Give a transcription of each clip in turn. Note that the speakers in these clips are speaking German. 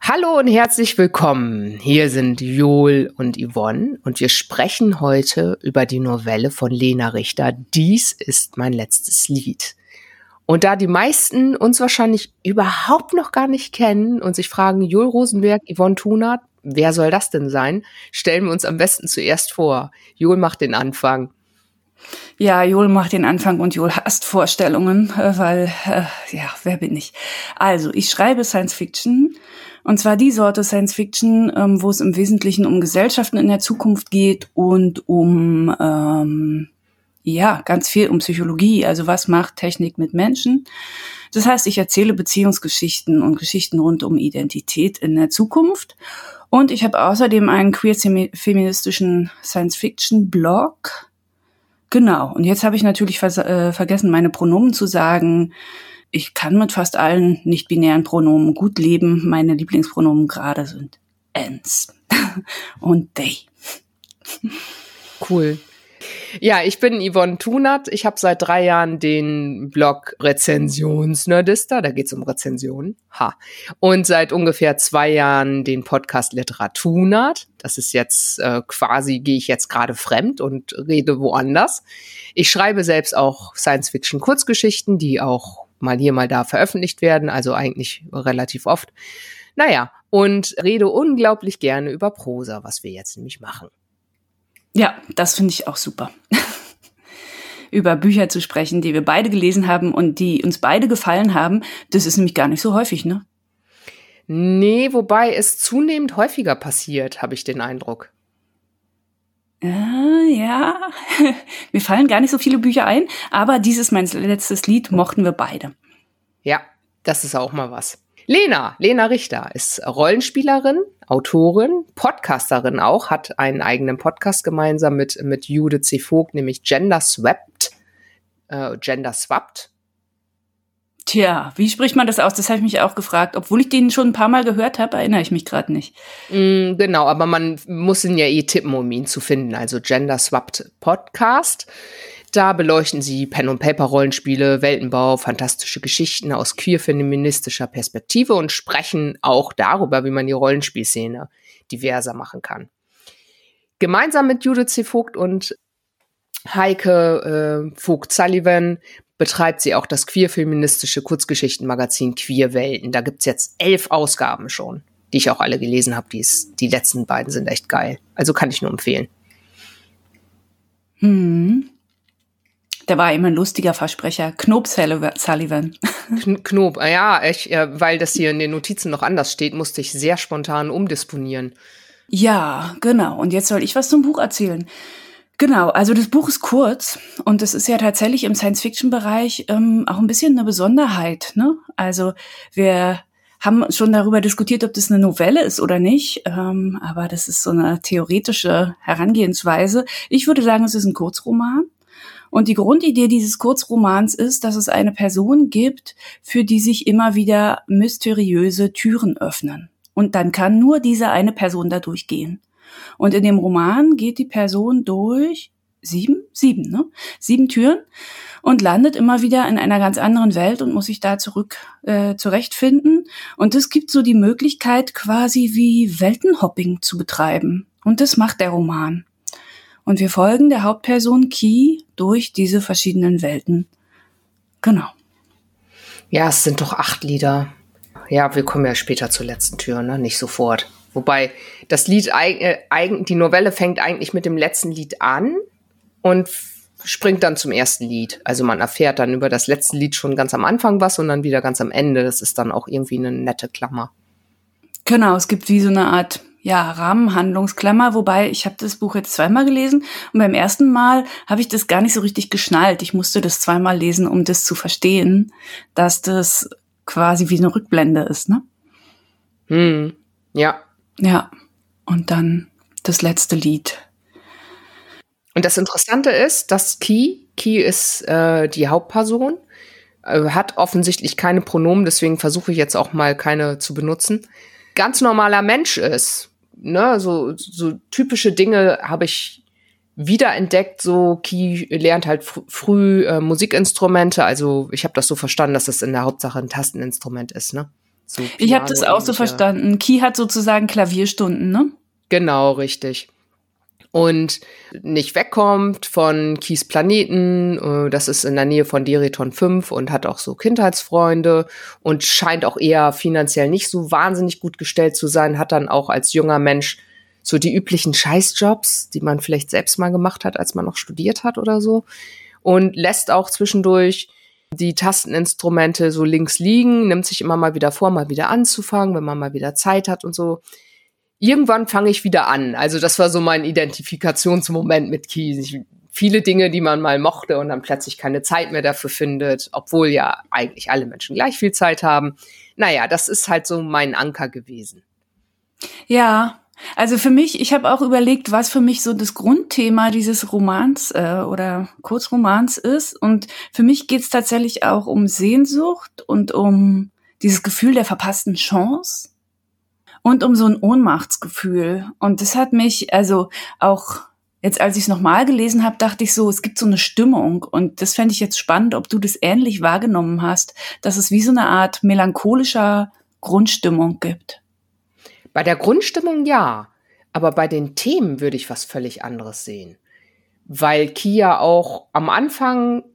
Hallo und herzlich willkommen. Hier sind Joel und Yvonne und wir sprechen heute über die Novelle von Lena Richter. Dies ist mein letztes Lied. Und da die meisten uns wahrscheinlich überhaupt noch gar nicht kennen und sich fragen, Joel Rosenberg, Yvonne Thunert, wer soll das denn sein? Stellen wir uns am besten zuerst vor. Joel macht den Anfang. Ja, Joel macht den Anfang und Joel hasst Vorstellungen, weil, wer bin ich? Also, ich schreibe Science Fiction. Und zwar die Sorte Science Fiction, wo es im Wesentlichen um Gesellschaften in der Zukunft geht und um, ganz viel um Psychologie. Also was macht Technik mit Menschen? Das heißt, ich erzähle Beziehungsgeschichten und Geschichten rund um Identität in der Zukunft. Und ich habe außerdem einen queer-feministischen Science-Fiction-Blog. Genau. Und jetzt habe ich natürlich vergessen, meine Pronomen zu sagen. Ich kann mit fast allen nicht-binären Pronomen gut leben. Meine Lieblingspronomen gerade sind ens und they. Cool. Ja, ich bin Yvonne Thunert. Ich habe seit 3 Jahren den Blog Rezensionsnerdista, da geht's um Rezensionen. Und seit ungefähr 2 Jahren den Podcast Literatunert. Das ist jetzt gehe ich jetzt gerade fremd und rede woanders. Ich schreibe selbst auch Science-Fiction-Kurzgeschichten, die auch mal hier, mal da veröffentlicht werden, also eigentlich relativ oft. Naja, und rede unglaublich gerne über Prosa, was wir jetzt nämlich machen. Ja, das finde ich auch super. Über Bücher zu sprechen, die wir beide gelesen haben und die uns beide gefallen haben, das ist nämlich gar nicht so häufig, ne? Nee, wobei es zunehmend häufiger passiert, habe ich den Eindruck. Ja, mir fallen gar nicht so viele Bücher ein, aber dieses mein letztes Lied mochten wir beide. Ja, das ist auch mal was. Lena Richter ist Rollenspielerin, Autorin, Podcasterin auch, hat einen eigenen Podcast gemeinsam mit Judith C. Vogt, nämlich Gender Swapped. Tja, wie spricht man das aus? Das habe ich mich auch gefragt. Obwohl ich den schon ein paar Mal gehört habe, erinnere ich mich gerade nicht. Genau, aber man muss ihn ja tippen, um ihn zu finden. Also Gender Swapped Podcast. Da beleuchten sie Pen-and-Paper-Rollenspiele, Weltenbau, fantastische Geschichten aus queer-feministischer Perspektive und sprechen auch darüber, wie man die Rollenspielszene diverser machen kann. Gemeinsam mit Judith C. Vogt und Heike Vogt-Sullivan betreibt sie auch das queer-feministische Kurzgeschichtenmagazin Queerwelten. Da gibt's jetzt 11 Ausgaben schon, die ich auch alle gelesen habe. Die letzten beiden sind echt geil. Also kann ich nur empfehlen. Der war immer ein lustiger Versprecher. Knob Sullivan. Knob, weil das hier in den Notizen noch anders steht, musste ich sehr spontan umdisponieren. Ja, genau. Und jetzt soll ich was zum Buch erzählen. Genau, also das Buch ist kurz und es ist ja tatsächlich im Science-Fiction-Bereich auch ein bisschen eine Besonderheit, ne? Also wir haben schon darüber diskutiert, ob das eine Novelle ist oder nicht, aber das ist so eine theoretische Herangehensweise. Ich würde sagen, es ist ein Kurzroman. Und die Grundidee dieses Kurzromans ist, dass es eine Person gibt, für die sich immer wieder mysteriöse Türen öffnen. Und dann kann nur diese eine Person da durchgehen. Und in dem Roman geht die Person durch 7 Türen und landet immer wieder in einer ganz anderen Welt und muss sich da zurechtfinden. Und es gibt so die Möglichkeit, quasi wie Weltenhopping zu betreiben. Und das macht der Roman. Und wir folgen der Hauptperson Key durch diese verschiedenen Welten. Genau. Ja, es sind doch 8 Lieder. Ja, wir kommen ja später zur letzten Tür, ne? Nicht sofort. Wobei das Lied, die Novelle fängt eigentlich mit dem letzten Lied an und springt dann zum ersten Lied. Also man erfährt dann über das letzte Lied schon ganz am Anfang was und dann wieder ganz am Ende. Das ist dann auch irgendwie eine nette Klammer. Genau, es gibt wie so eine Art Rahmenhandlungsklammer, wobei ich habe das Buch jetzt 2-mal gelesen und beim ersten Mal habe ich das gar nicht so richtig geschnallt. Ich musste das 2-mal lesen, um das zu verstehen, dass das quasi wie eine Rückblende ist, ne? Ja. Ja, und dann das letzte Lied. Und das Interessante ist, dass Key ist die Hauptperson, hat offensichtlich keine Pronomen, deswegen versuche ich jetzt auch mal keine zu benutzen, ganz normaler Mensch ist. Ne, so typische Dinge habe ich wiederentdeckt. So Key lernt halt früh Musikinstrumente. Also ich habe das so verstanden, dass das in der Hauptsache ein Tasteninstrument ist. Ne, So Ich habe das auch so Piano-ähnliche. verstanden. Key hat sozusagen Klavierstunden, ne? Genau, richtig. Und nicht wegkommt von Keys Planeten. Das ist in der Nähe von Deriton 5 und hat auch so Kindheitsfreunde und scheint auch eher finanziell nicht so wahnsinnig gut gestellt zu sein, hat dann auch als junger Mensch so die üblichen Scheißjobs, die man vielleicht selbst mal gemacht hat, als man noch studiert hat oder so. Und lässt auch zwischendurch die Tasteninstrumente so links liegen, nimmt sich immer mal wieder vor, mal wieder anzufangen, wenn man mal wieder Zeit hat und so. Irgendwann fange ich wieder an. Also das war so mein Identifikationsmoment mit Key. Viele Dinge, die man mal mochte und dann plötzlich keine Zeit mehr dafür findet, obwohl ja eigentlich alle Menschen gleich viel Zeit haben. Naja, das ist halt so mein Anker gewesen. Ja, also für mich, ich habe auch überlegt, was für mich so das Grundthema dieses Romans oder Kurzromans ist. Und für mich geht es tatsächlich auch um Sehnsucht und um dieses Gefühl der verpassten Chance. Und um so ein Ohnmachtsgefühl. Und das hat mich, also auch jetzt, als ich es nochmal gelesen habe, dachte ich so, es gibt so eine Stimmung. Und das fände ich jetzt spannend, ob du das ähnlich wahrgenommen hast, dass es wie so eine Art melancholischer Grundstimmung gibt. Bei der Grundstimmung ja, aber bei den Themen würde ich was völlig anderes sehen. Weil Kia auch am Anfang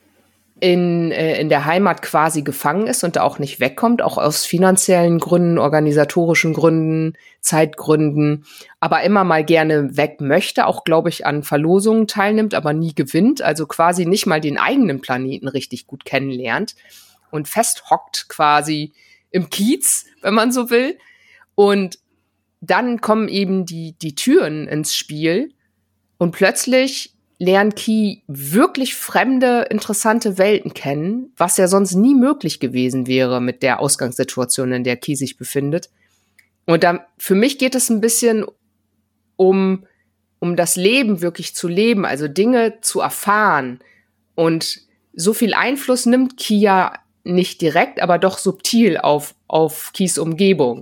in der Heimat quasi gefangen ist und da auch nicht wegkommt, auch aus finanziellen Gründen, organisatorischen Gründen, Zeitgründen, aber immer mal gerne weg möchte, auch, glaube ich, an Verlosungen teilnimmt, aber nie gewinnt, also quasi nicht mal den eigenen Planeten richtig gut kennenlernt und festhockt quasi im Kiez, wenn man so will. Und dann kommen eben die Türen ins Spiel und plötzlich lernt Key wirklich fremde, interessante Welten kennen, was ja sonst nie möglich gewesen wäre mit der Ausgangssituation, in der Key sich befindet. Und dann, für mich geht es ein bisschen um das Leben wirklich zu leben, also Dinge zu erfahren. Und so viel Einfluss nimmt Key ja nicht direkt, aber doch subtil auf Keys Umgebung.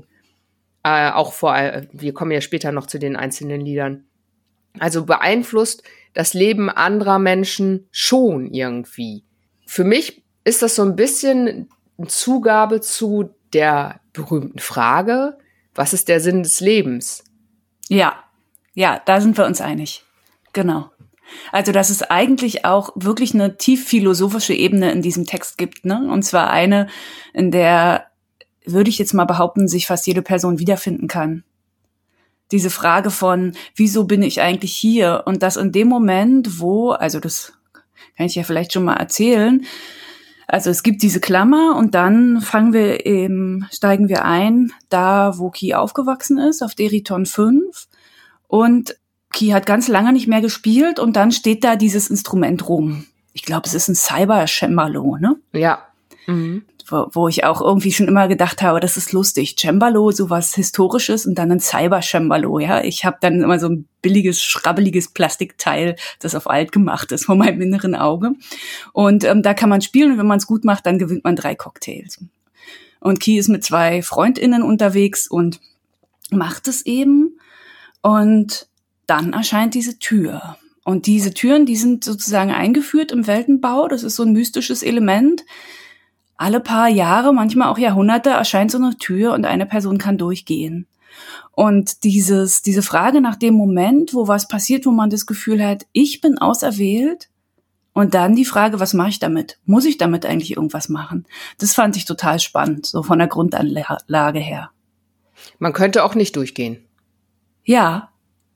Wir kommen ja später noch zu den einzelnen Liedern. Also beeinflusst das Leben anderer Menschen schon irgendwie. Für mich ist das so ein bisschen eine Zugabe zu der berühmten Frage, was ist der Sinn des Lebens? Ja, da sind wir uns einig. Genau. Also, dass es eigentlich auch wirklich eine tief philosophische Ebene in diesem Text gibt, ne? Und zwar eine, in der, würde ich jetzt mal behaupten, sich fast jede Person wiederfinden kann. Diese Frage von, wieso bin ich eigentlich hier? Und das in dem Moment, wo, also das kann ich ja vielleicht schon mal erzählen, also es gibt diese Klammer und dann steigen wir ein, da wo Key aufgewachsen ist, auf Deriton 5. Und Key hat ganz lange nicht mehr gespielt und dann steht da dieses Instrument rum. Ich glaube, es ist ein Cyber-Cembalo, ne? Ja. Mhm. Wo ich auch irgendwie schon immer gedacht habe, das ist lustig. Cembalo, sowas Historisches und dann ein Cyber-Cembalo, ja. Ich habe dann immer so ein billiges, schrabbeliges Plastikteil, das auf alt gemacht ist, vor meinem inneren Auge. Und da kann man spielen und wenn man es gut macht, dann gewinnt man 3 Cocktails. Und Key ist mit 2 FreundInnen unterwegs und macht es eben. Und dann erscheint diese Tür. Und diese Türen, die sind sozusagen eingeführt im Weltenbau. Das ist so ein mystisches Element. Alle paar Jahre, manchmal auch Jahrhunderte, erscheint so eine Tür und eine Person kann durchgehen. Und diese Frage nach dem Moment, wo was passiert, wo man das Gefühl hat, ich bin auserwählt, und dann die Frage, was mache ich damit? Muss ich damit eigentlich irgendwas machen? Das fand ich total spannend, so von der Grundanlage her. Man könnte auch nicht durchgehen. Ja.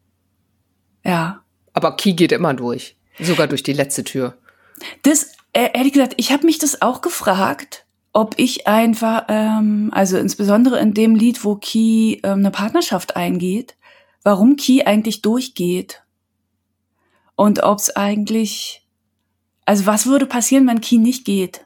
Aber Key geht immer durch. Sogar durch die letzte Tür. Das, ehrlich gesagt, ich habe mich das auch gefragt, ob ich einfach, also insbesondere in dem Lied, wo Key eine Partnerschaft eingeht, warum Key eigentlich durchgeht. Und ob es eigentlich, also was würde passieren, wenn Key nicht geht?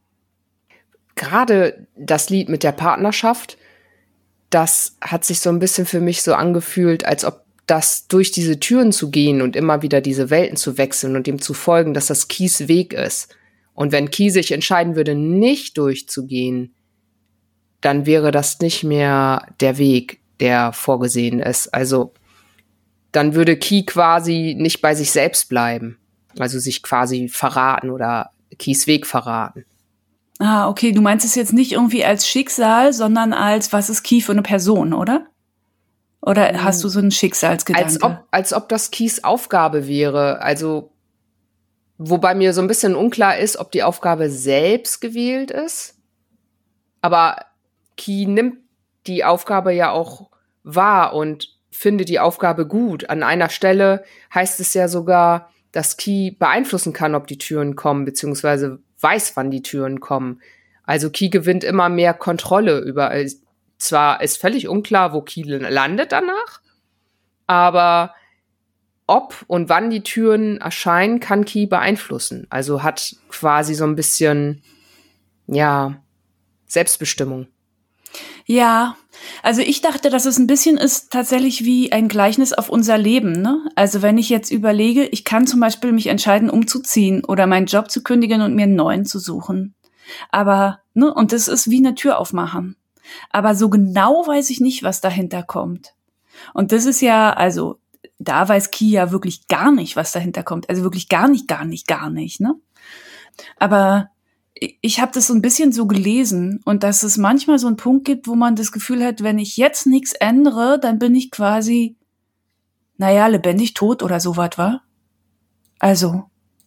Gerade das Lied mit der Partnerschaft, das hat sich so ein bisschen für mich so angefühlt, als ob das durch diese Türen zu gehen und immer wieder diese Welten zu wechseln und dem zu folgen, dass das Keys Weg ist. Und wenn Key sich entscheiden würde, nicht durchzugehen, dann wäre das nicht mehr der Weg, der vorgesehen ist. Also dann würde Key quasi nicht bei sich selbst bleiben. Also sich quasi verraten oder Keys Weg verraten. Ah, okay, du meinst es jetzt nicht irgendwie als Schicksal, sondern als, was ist Key für eine Person, oder? Oder hast du so einen Schicksalsgedanke? Als ob das Keys Aufgabe wäre. Also, wobei mir so ein bisschen unklar ist, ob die Aufgabe selbst gewählt ist. Aber Key nimmt die Aufgabe ja auch wahr und findet die Aufgabe gut. An einer Stelle heißt es ja sogar, dass Key beeinflussen kann, ob die Türen kommen, beziehungsweise weiß, wann die Türen kommen. Also Key gewinnt immer mehr Kontrolle über. Zwar ist völlig unklar, wo Key landet danach, aber ob und wann die Türen erscheinen, kann Key beeinflussen. Also hat quasi so ein bisschen, ja, Selbstbestimmung. Ja, also ich dachte, dass es ein bisschen ist tatsächlich wie ein Gleichnis auf unser Leben, ne? Also wenn ich jetzt überlege, ich kann zum Beispiel mich entscheiden, umzuziehen oder meinen Job zu kündigen und mir einen neuen zu suchen. Aber, ne, und das ist wie eine Tür aufmachen. Aber so genau weiß ich nicht, was dahinter kommt. Und das ist ja, also, da weiß Key ja wirklich gar nicht, was dahinter kommt. Also wirklich gar nicht, ne? Aber ich habe das so ein bisschen so gelesen und dass es manchmal so einen Punkt gibt, wo man das Gefühl hat, wenn ich jetzt nichts ändere, dann bin ich quasi, naja, lebendig tot oder sowas, wa? Also.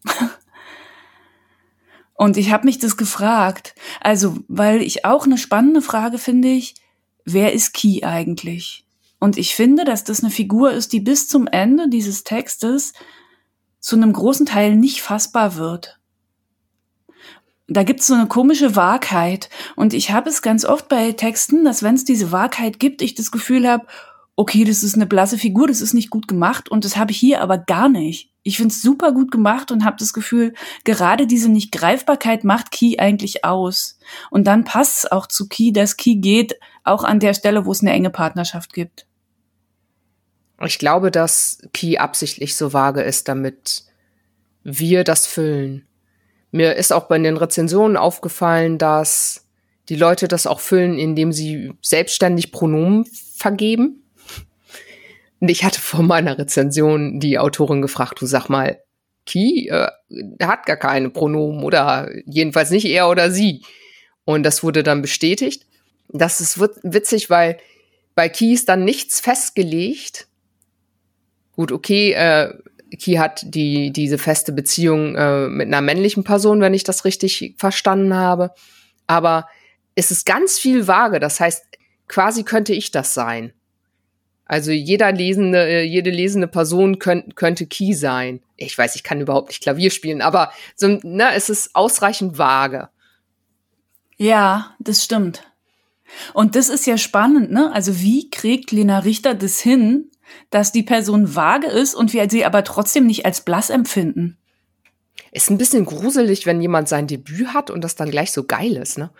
Und ich habe mich das gefragt, also, weil ich auch eine spannende Frage finde ich, wer ist Key eigentlich? Und ich finde, dass das eine Figur ist, die bis zum Ende dieses Textes zu einem großen Teil nicht fassbar wird. Da gibt's so eine komische Wahrheit. Und ich habe es ganz oft bei Texten, dass wenn es diese Wahrheit gibt, ich das Gefühl habe, okay, das ist eine blasse Figur, das ist nicht gut gemacht. Und das habe ich hier aber gar nicht. Ich finde es super gut gemacht und habe das Gefühl, gerade diese Nicht-Greifbarkeit macht Key eigentlich aus. Und dann passt es auch zu Key, dass Key geht, auch an der Stelle, wo es eine enge Partnerschaft gibt. Ich glaube, dass Key absichtlich so vage ist, damit wir das füllen. Mir ist auch bei den Rezensionen aufgefallen, dass die Leute das auch füllen, indem sie selbstständig Pronomen vergeben. Und ich hatte vor meiner Rezension die Autorin gefragt, du sag mal, Key hat gar keine Pronomen oder jedenfalls nicht er oder sie. Und das wurde dann bestätigt. Das ist witzig, weil bei Key ist dann nichts festgelegt. Gut, okay, Key hat diese feste Beziehung mit einer männlichen Person, wenn ich das richtig verstanden habe. Aber es ist ganz viel vage. Das heißt, quasi könnte ich das sein. Also jede lesende Person könnte Key sein. Ich weiß, ich kann überhaupt nicht Klavier spielen, aber so, ne, es ist ausreichend vage. Ja, das stimmt. Und das ist ja spannend, ne? Also wie kriegt Lena Richter das hin, dass die Person vage ist und wir sie aber trotzdem nicht als blass empfinden? Ist ein bisschen gruselig, wenn jemand sein Debüt hat und das dann gleich so geil ist, ne?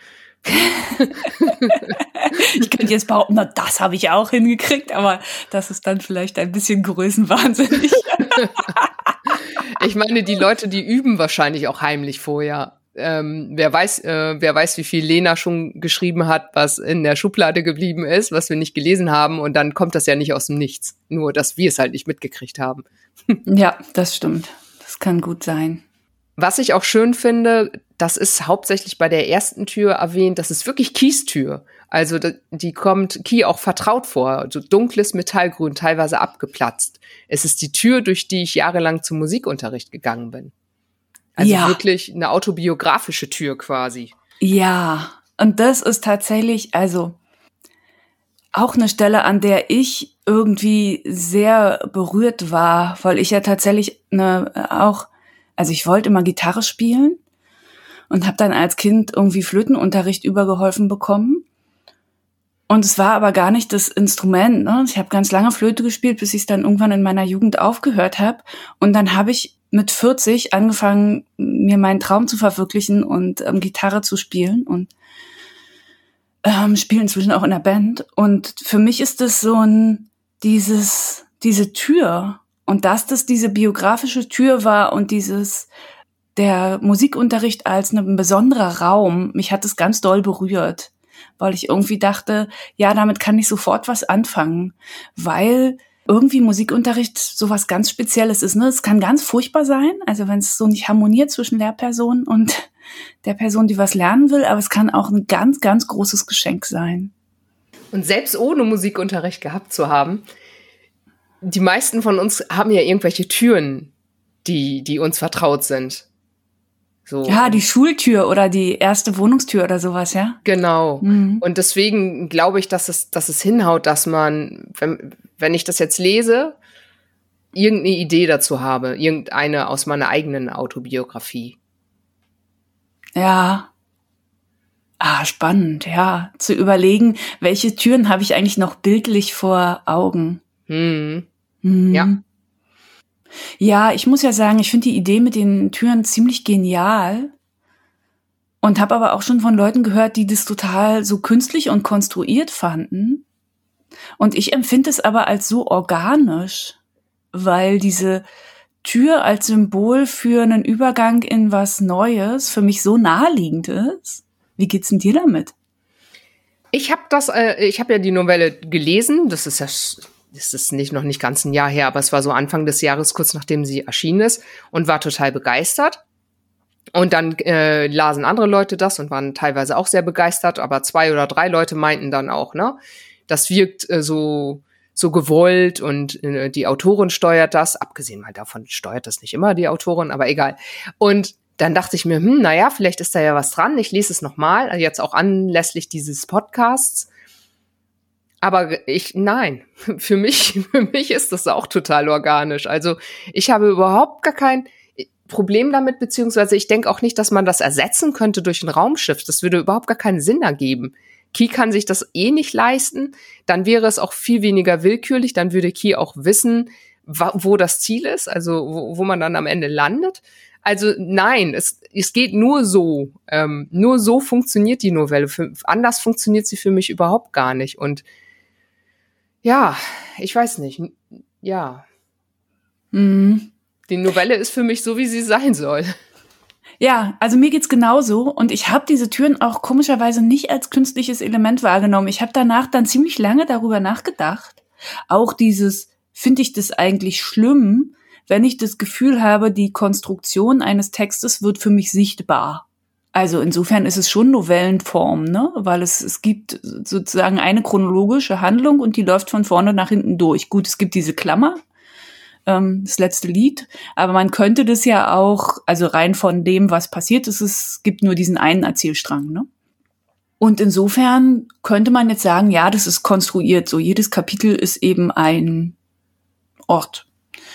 Ich könnte jetzt behaupten, na, das habe ich auch hingekriegt, aber das ist dann vielleicht ein bisschen größenwahnsinnig. Ich meine, die Leute, die üben wahrscheinlich auch heimlich vorher. Wer weiß, wie viel Lena schon geschrieben hat, was in der Schublade geblieben ist, was wir nicht gelesen haben. Und dann kommt das ja nicht aus dem Nichts. Nur, dass wir es halt nicht mitgekriegt haben. Ja, das stimmt. Das kann gut sein. Was ich auch schön finde, das ist hauptsächlich bei der ersten Tür erwähnt, das ist wirklich Keys Tür. Also die kommt Key auch vertraut vor. So dunkles Metallgrün, teilweise abgeplatzt. Es ist die Tür, durch die ich jahrelang zum Musikunterricht gegangen bin. Also ja, wirklich eine autobiografische Tür quasi. Ja, und das ist tatsächlich, also auch eine Stelle, an der ich irgendwie sehr berührt war, weil ich ja tatsächlich also ich wollte immer Gitarre spielen und habe dann als Kind irgendwie Flötenunterricht übergeholfen bekommen. Und es war aber gar nicht das Instrument, ne? Ich habe ganz lange Flöte gespielt, bis ich es dann irgendwann in meiner Jugend aufgehört habe. Und dann habe ich mit 40 angefangen, mir meinen Traum zu verwirklichen und Gitarre zu spielen und spiele inzwischen auch in der Band. Und für mich ist das so diese Tür. Und dass das diese biografische Tür war und der Musikunterricht als ein besonderer Raum, mich hat es ganz doll berührt, weil ich irgendwie dachte, ja, damit kann ich sofort was anfangen, weil irgendwie Musikunterricht sowas ganz Spezielles ist, ne? Es kann ganz furchtbar sein, also wenn es so nicht harmoniert zwischen Lehrperson und der Person, die was lernen will, aber es kann auch ein ganz, ganz großes Geschenk sein. Und selbst ohne Musikunterricht gehabt zu haben, die meisten von uns haben ja irgendwelche Türen, die uns vertraut sind. So. Ja, die Schultür oder die erste Wohnungstür oder sowas, ja? Genau. Und deswegen glaube ich, dass es hinhaut, dass man, wenn ich das jetzt lese, irgendeine Idee dazu habe. Irgendeine aus meiner eigenen Autobiografie. Ja. Spannend, ja. Zu überlegen, welche Türen habe ich eigentlich noch bildlich vor Augen. Ja. Ja, ich muss ja sagen, ich finde die Idee mit den Türen ziemlich genial und habe aber auch schon von Leuten gehört, die das total so künstlich und konstruiert fanden. Und ich empfinde es aber als so organisch, weil diese Tür als Symbol für einen Übergang in was Neues für mich so naheliegend ist. Wie geht's denn dir damit? Ich habe ja die Novelle gelesen. Das ist noch nicht ganz ein Jahr her, aber es war so Anfang des Jahres, kurz nachdem sie erschienen ist, und war total begeistert. Und dann lasen andere Leute das und waren teilweise auch sehr begeistert, aber 2 oder 3 Leute meinten dann auch, ne, das wirkt so gewollt und die Autorin steuert das. Abgesehen mal davon steuert das nicht immer die Autorin, aber egal. Und dann dachte ich mir, naja, vielleicht ist da ja was dran. Ich lese es nochmal, jetzt auch anlässlich dieses Podcasts. Aber nein, für mich ist das auch total organisch. Also ich habe überhaupt gar kein Problem damit, beziehungsweise ich denke auch nicht, dass man das ersetzen könnte durch ein Raumschiff. Das würde überhaupt gar keinen Sinn ergeben. Key kann sich das nicht leisten. Dann wäre es auch viel weniger willkürlich. Dann würde Key auch wissen, wo das Ziel ist, also wo man dann am Ende landet. Also nein, es geht nur so. Nur so funktioniert die Novelle. Anders funktioniert sie für mich überhaupt gar nicht. Und ja, ich weiß nicht. Ja. Die Novelle ist für mich so, wie sie sein soll. Ja, also mir geht's genauso. Und ich habe diese Türen auch komischerweise nicht als künstliches Element wahrgenommen. Ich habe danach dann ziemlich lange darüber nachgedacht. Auch finde ich das eigentlich schlimm, wenn ich das Gefühl habe, die Konstruktion eines Textes wird für mich sichtbar. Also insofern ist es schon Novellenform, ne? Weil es gibt sozusagen eine chronologische Handlung und die läuft von vorne nach hinten durch. Gut, es gibt diese Klammer, das letzte Lied, aber man könnte das ja auch, also rein von dem, was passiert ist, es gibt nur diesen einen Erzählstrang, ne? Und insofern könnte man jetzt sagen, ja, das ist konstruiert, so jedes Kapitel ist eben ein Ort.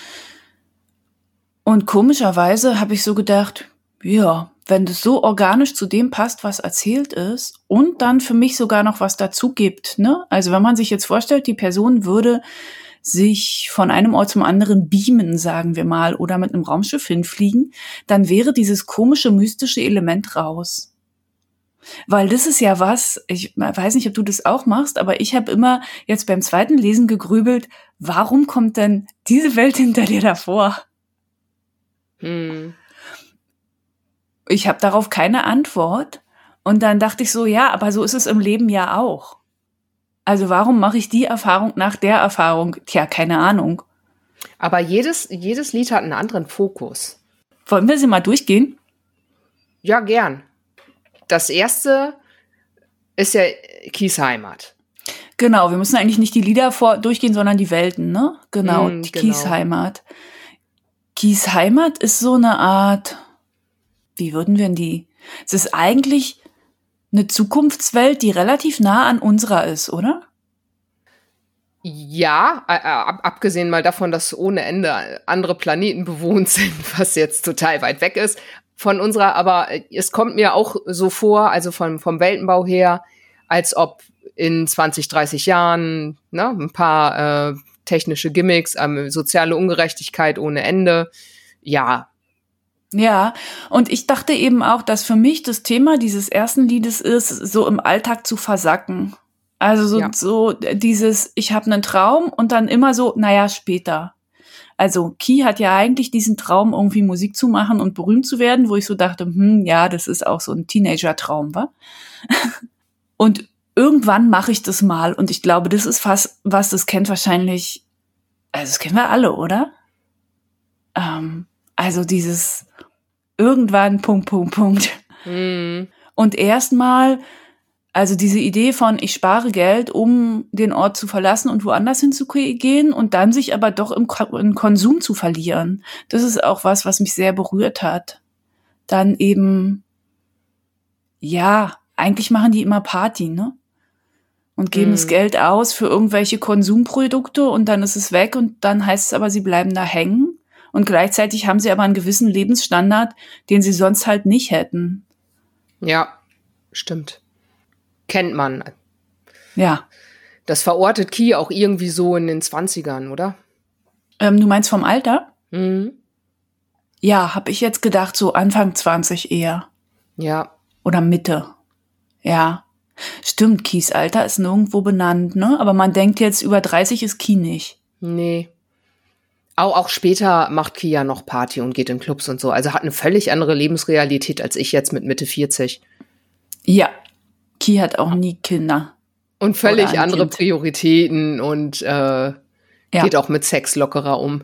Und komischerweise habe ich so gedacht, ja, wenn das so organisch zu dem passt, was erzählt ist und dann für mich sogar noch was dazu gibt, ne? Also wenn man sich jetzt vorstellt, die Person würde sich von einem Ort zum anderen beamen, sagen wir mal, oder mit einem Raumschiff hinfliegen, dann wäre dieses komische, mystische Element raus. Weil das ist ja was, ich weiß nicht, ob du das auch machst, aber ich habe immer jetzt beim zweiten Lesen gegrübelt, warum kommt denn diese Welt hinter dir davor? Ich habe darauf keine Antwort. Und dann dachte ich so, ja, aber so ist es im Leben ja auch. Also warum mache ich die Erfahrung nach der Erfahrung? Tja, keine Ahnung. Aber jedes Lied hat einen anderen Fokus. Wollen wir sie mal durchgehen? Ja, gern. Das erste ist ja Keys Heimat. Genau, wir müssen eigentlich nicht die Lieder durchgehen, sondern die Welten, ne? Genau, die genau. Keys Heimat. Keys Heimat ist so eine Art, wie würden wir denn die? Es ist eigentlich eine Zukunftswelt, die relativ nah an unserer ist, oder? Ja, abgesehen mal davon, dass ohne Ende andere Planeten bewohnt sind, was jetzt total weit weg ist von unserer, aber es kommt mir auch so vor, also vom Weltenbau her, als ob in 20, 30 Jahren, ne, ein paar technische Gimmicks, soziale Ungerechtigkeit ohne Ende, ja. Ja, und ich dachte eben auch, dass für mich das Thema dieses ersten Liedes ist, so im Alltag zu versacken. Also so dieses, ich habe einen Traum und dann immer so, naja, später. Also Key hat ja eigentlich diesen Traum, irgendwie Musik zu machen und berühmt zu werden, wo ich so dachte, ja, das ist auch so ein Teenager-Traum, wa? Und irgendwann mache ich das mal und ich glaube, das ist was das kennt wahrscheinlich Also das kennen wir alle, oder? Also dieses irgendwann Punkt. Und erstmal, also diese Idee von, ich spare Geld, um den Ort zu verlassen und woanders hinzugehen und dann sich aber doch im Konsum zu verlieren. Das ist auch was mich sehr berührt hat. Dann eben, ja, eigentlich machen die immer Party, ne? Und geben das Geld aus für irgendwelche Konsumprodukte und dann ist es weg und dann heißt es aber, sie bleiben da hängen. Und gleichzeitig haben sie aber einen gewissen Lebensstandard, den sie sonst halt nicht hätten. Ja, stimmt. Kennt man. Ja. Das verortet Ki auch irgendwie so in den 20ern, oder? Du meinst vom Alter? Mhm. Ja, habe ich jetzt gedacht, so Anfang 20 eher. Ja. Oder Mitte. Ja. Stimmt, Kis Alter ist nirgendwo benannt, ne? Aber man denkt jetzt, über 30 ist Ki nicht. Nee. Auch später macht Ki ja noch Party und geht in Clubs und so. Also hat eine völlig andere Lebensrealität als ich jetzt mit Mitte 40. Ja. Ki hat auch nie Kinder. Und völlig andere Prioritäten und geht auch mit Sex lockerer um.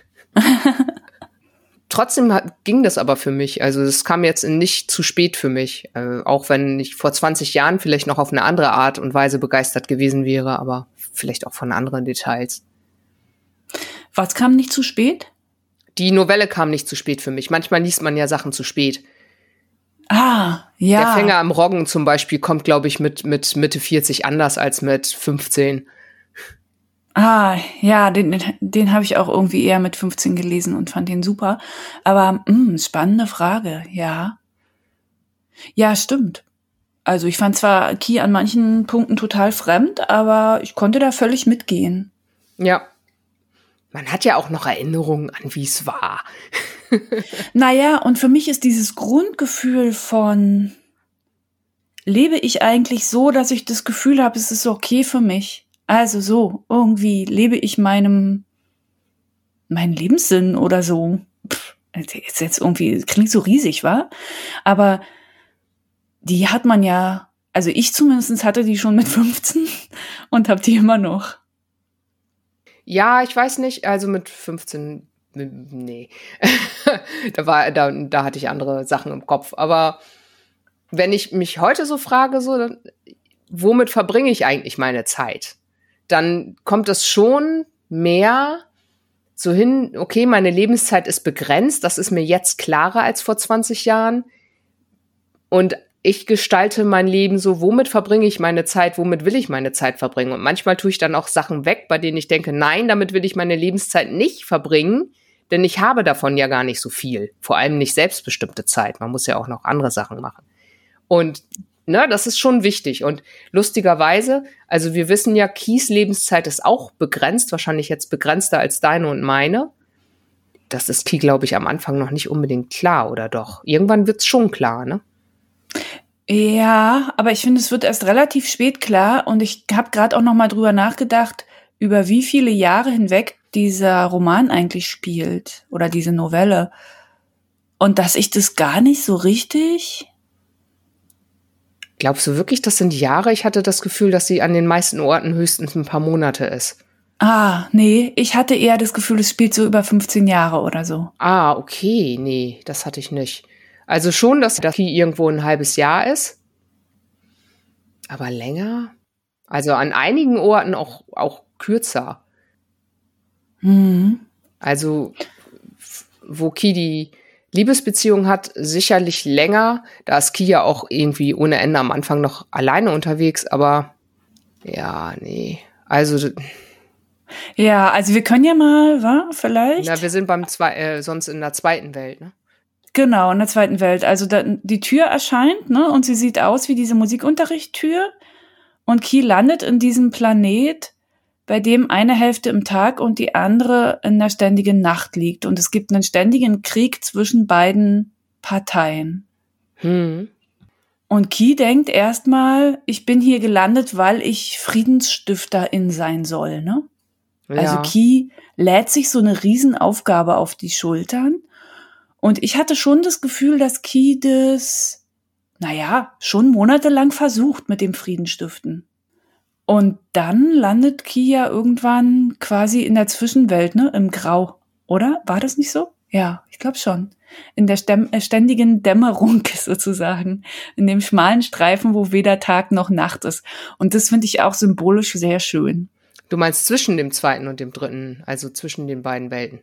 Trotzdem ging das aber für mich. Also es kam jetzt nicht zu spät für mich. Auch wenn ich vor 20 Jahren vielleicht noch auf eine andere Art und Weise begeistert gewesen wäre, aber vielleicht auch von anderen Details. Was kam nicht zu spät? Die Novelle kam nicht zu spät für mich. Manchmal liest man ja Sachen zu spät. Ah, ja. Der Fänger am Roggen zum Beispiel kommt, glaube ich, mit Mitte 40 anders als mit 15. Ah, ja, den habe ich auch irgendwie eher mit 15 gelesen und fand den super. Aber spannende Frage, ja. Ja, stimmt. Also ich fand zwar Ki an manchen Punkten total fremd, aber ich konnte da völlig mitgehen. Ja. Man hat ja auch noch Erinnerungen an, wie es war. Naja, und für mich ist dieses Grundgefühl von, lebe ich eigentlich so, dass ich das Gefühl habe, es ist okay für mich? Also so, irgendwie lebe ich meinen Lebenssinn oder so. Ist jetzt irgendwie, klingt so riesig, wa? Aber die hat man ja, also ich zumindest hatte die schon mit 15 und habe die immer noch. Ja, ich weiß nicht, also mit 15, nee. Da hatte ich andere Sachen im Kopf. Aber wenn ich mich heute so frage, so, womit verbringe ich eigentlich meine Zeit? Dann kommt es schon mehr so hin, okay, meine Lebenszeit ist begrenzt, das ist mir jetzt klarer als vor 20 Jahren. Und ich gestalte mein Leben so, womit verbringe ich meine Zeit, womit will ich meine Zeit verbringen? Und manchmal tue ich dann auch Sachen weg, bei denen ich denke, nein, damit will ich meine Lebenszeit nicht verbringen, denn ich habe davon ja gar nicht so viel. Vor allem nicht selbstbestimmte Zeit. Man muss ja auch noch andere Sachen machen. Und das ist schon wichtig. Und lustigerweise, also wir wissen ja, Kis Lebenszeit ist auch begrenzt, wahrscheinlich jetzt begrenzter als deine und meine. Das ist Ki, glaube ich, am Anfang noch nicht unbedingt klar, oder doch? Irgendwann wird's schon klar, ne? Ja, aber ich finde, es wird erst relativ spät klar und ich habe gerade auch noch mal drüber nachgedacht, über wie viele Jahre hinweg dieser Roman eigentlich spielt oder diese Novelle und dass ich das gar nicht so richtig... Glaubst du wirklich, das sind Jahre? Ich hatte das Gefühl, dass sie an den meisten Orten höchstens ein paar Monate ist. Ah, nee, ich hatte eher das Gefühl, es spielt so über 15 Jahre oder so. Ah, okay, nee, das hatte ich nicht. Also schon, dass das Ki irgendwo ein halbes Jahr ist. Aber länger? Also an einigen Orten auch kürzer. Mhm. Also wo Ki die Liebesbeziehung hat, sicherlich länger. Da ist Ki ja auch irgendwie ohne Ende am Anfang noch alleine unterwegs. Aber ja, nee. Also ja, also wir können ja mal, vielleicht? Na, wir sind sonst in der zweiten Welt, ne? Genau, in der zweiten Welt. Also die Tür erscheint, ne, und sie sieht aus wie diese Musikunterrichttür. Und Ki landet in diesem Planet, bei dem eine Hälfte im Tag und die andere in der ständigen Nacht liegt. Und es gibt einen ständigen Krieg zwischen beiden Parteien. Und Ki denkt erstmal, ich bin hier gelandet, weil ich Friedensstifterin sein soll, ne? Ja. Also Ki lädt sich so eine Riesenaufgabe auf die Schultern. Und ich hatte schon das Gefühl, dass Ki das, schon monatelang versucht mit dem Friedenstiften. Und dann landet Ki ja irgendwann quasi in der Zwischenwelt, ne, im Grau, oder? War das nicht so? Ja, ich glaube schon. In der ständigen Dämmerung sozusagen, in dem schmalen Streifen, wo weder Tag noch Nacht ist. Und das finde ich auch symbolisch sehr schön. Du meinst zwischen dem zweiten und dem dritten, also zwischen den beiden Welten?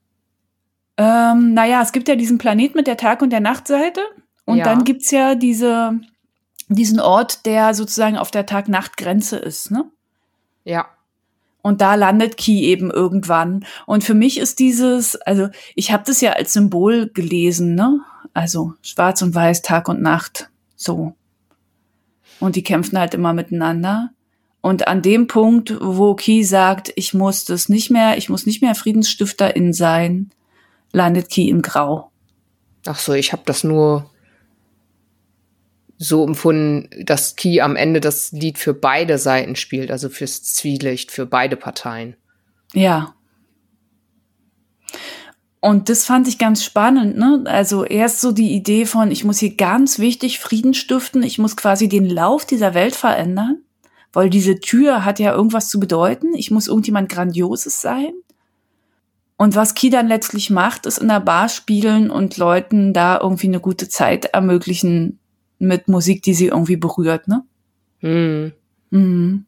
Naja, es gibt ja diesen Planet mit der Tag- und der Nachtseite. Und dann gibt's ja diesen Ort, der sozusagen auf der Tag-Nacht-Grenze ist, ne? Ja. Und da landet Ki eben irgendwann. Und für mich ist also ich habe das ja als Symbol gelesen, ne? Also schwarz und weiß, Tag und Nacht, so. Und die kämpfen halt immer miteinander. Und an dem Punkt, wo Ki sagt, ich muss nicht mehr Friedensstifterin sein, landet Ki im Grau. Ach so, ich habe das nur so empfunden, dass Ki am Ende das Lied für beide Seiten spielt, also fürs Zwielicht, für beide Parteien. Ja. Und das fand ich ganz spannend, ne? Also erst so die Idee von, ich muss hier ganz wichtig Frieden stiften, ich muss quasi den Lauf dieser Welt verändern, weil diese Tür hat ja irgendwas zu bedeuten, ich muss irgendjemand Grandioses sein. Und was Ki dann letztlich macht, ist in der Bar spielen und Leuten da irgendwie eine gute Zeit ermöglichen mit Musik, die sie irgendwie berührt, ne? Mhm.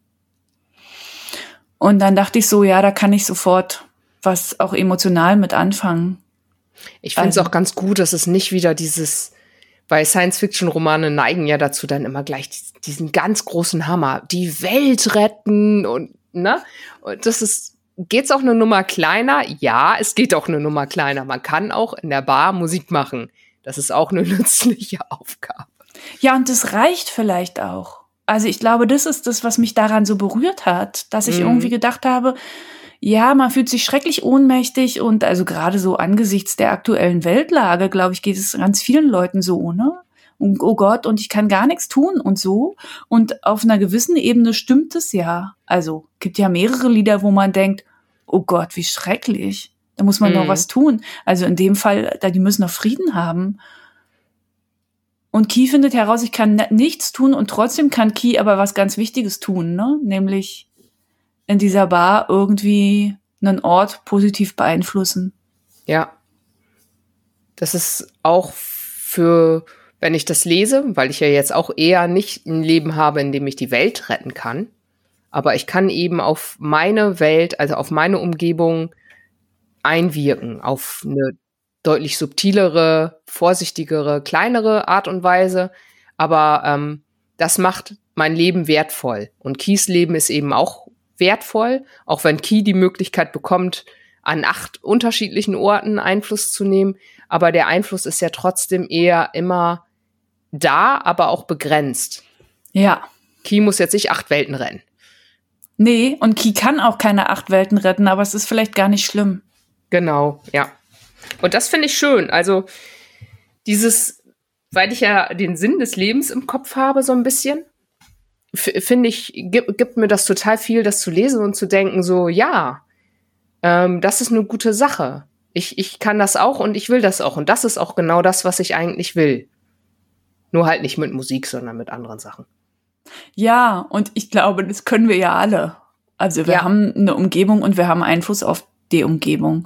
Und dann dachte ich so, ja, da kann ich sofort was auch emotional mit anfangen. Ich finde es auch ganz gut, dass es nicht wieder weil Science-Fiction-Romane neigen ja dazu, dann immer gleich diesen ganz großen Hammer, die Welt retten und, ne? Und geht's auch eine Nummer kleiner? Ja, es geht auch eine Nummer kleiner. Man kann auch in der Bar Musik machen. Das ist auch eine nützliche Aufgabe. Ja, und das reicht vielleicht auch. Also ich glaube, das ist das, was mich daran so berührt hat, dass ich irgendwie gedacht habe, ja, man fühlt sich schrecklich ohnmächtig und also gerade so angesichts der aktuellen Weltlage, glaube ich, geht es ganz vielen Leuten so, ne? Und, oh Gott, und ich kann gar nichts tun und so. Und auf einer gewissen Ebene stimmt es ja. Also gibt ja mehrere Lieder, wo man denkt, oh Gott, wie schrecklich. Da muss man doch was tun. Also in dem Fall, die müssen doch Frieden haben. Und Ki findet heraus, ich kann nichts tun und trotzdem kann Ki aber was ganz Wichtiges tun, ne? Nämlich in dieser Bar irgendwie einen Ort positiv beeinflussen. Ja. Das ist auch wenn ich das lese, weil ich ja jetzt auch eher nicht ein Leben habe, in dem ich die Welt retten kann, aber ich kann eben auf meine Welt, also auf meine Umgebung einwirken, auf eine deutlich subtilere, vorsichtigere, kleinere Art und Weise. Aber das macht mein Leben wertvoll. Und Kis Leben ist eben auch wertvoll, auch wenn Ki die Möglichkeit bekommt, an 8 unterschiedlichen Orten Einfluss zu nehmen. Aber der Einfluss ist ja trotzdem eher immer da, aber auch begrenzt. Ja. Ki muss jetzt nicht 8 Welten rennen. Nee, und Ki kann auch keine 8 Welten retten, aber es ist vielleicht gar nicht schlimm. Genau, ja. Und das finde ich schön. Also weil ich ja den Sinn des Lebens im Kopf habe, so ein bisschen, finde ich, gibt mir das total viel, das zu lesen und zu denken, so, ja, das ist eine gute Sache. Ich kann das auch und ich will das auch. Und das ist auch genau das, was ich eigentlich will. Nur halt nicht mit Musik, sondern mit anderen Sachen. Ja, und ich glaube, das können wir ja alle. Also wir haben eine Umgebung und wir haben Einfluss auf die Umgebung.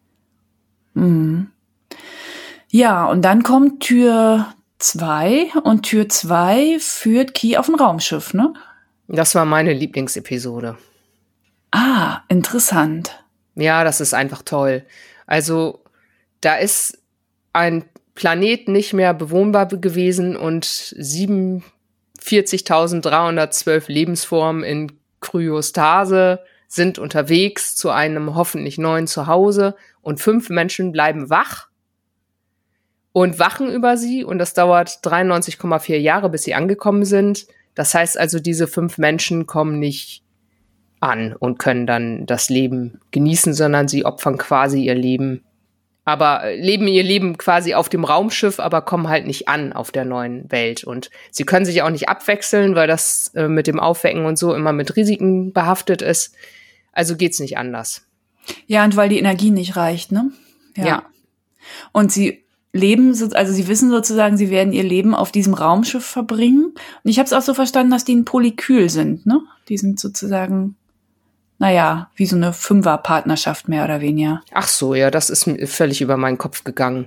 Mhm. Ja, und dann kommt Tür 2 und Tür 2 führt Ki auf ein Raumschiff, ne? Das war meine Lieblingsepisode. Ah, interessant. Ja, das ist einfach toll. Also, da ist ein Planet nicht mehr bewohnbar gewesen und 47.312 Lebensformen in Kryostase sind unterwegs zu einem hoffentlich neuen Zuhause und 5 Menschen bleiben wach und wachen über sie und das dauert 93,4 Jahre, bis sie angekommen sind. Das heißt also, diese 5 Menschen kommen nicht an und können dann das Leben genießen, sondern sie opfern quasi ihr Leben. Aber leben ihr Leben quasi auf dem Raumschiff, aber kommen halt nicht an auf der neuen Welt. Und sie können sich auch nicht abwechseln, weil das mit dem Aufwecken und so immer mit Risiken behaftet ist. Also geht's nicht anders. Ja, und weil die Energie nicht reicht, ne? Ja. Und sie leben, also sie wissen sozusagen, sie werden ihr Leben auf diesem Raumschiff verbringen. Und ich habe es auch so verstanden, dass die ein Polykül sind, ne? Die sind sozusagen, naja, wie so eine Fünfer-Partnerschaft mehr oder weniger. Ach so, ja, das ist mir völlig über meinen Kopf gegangen.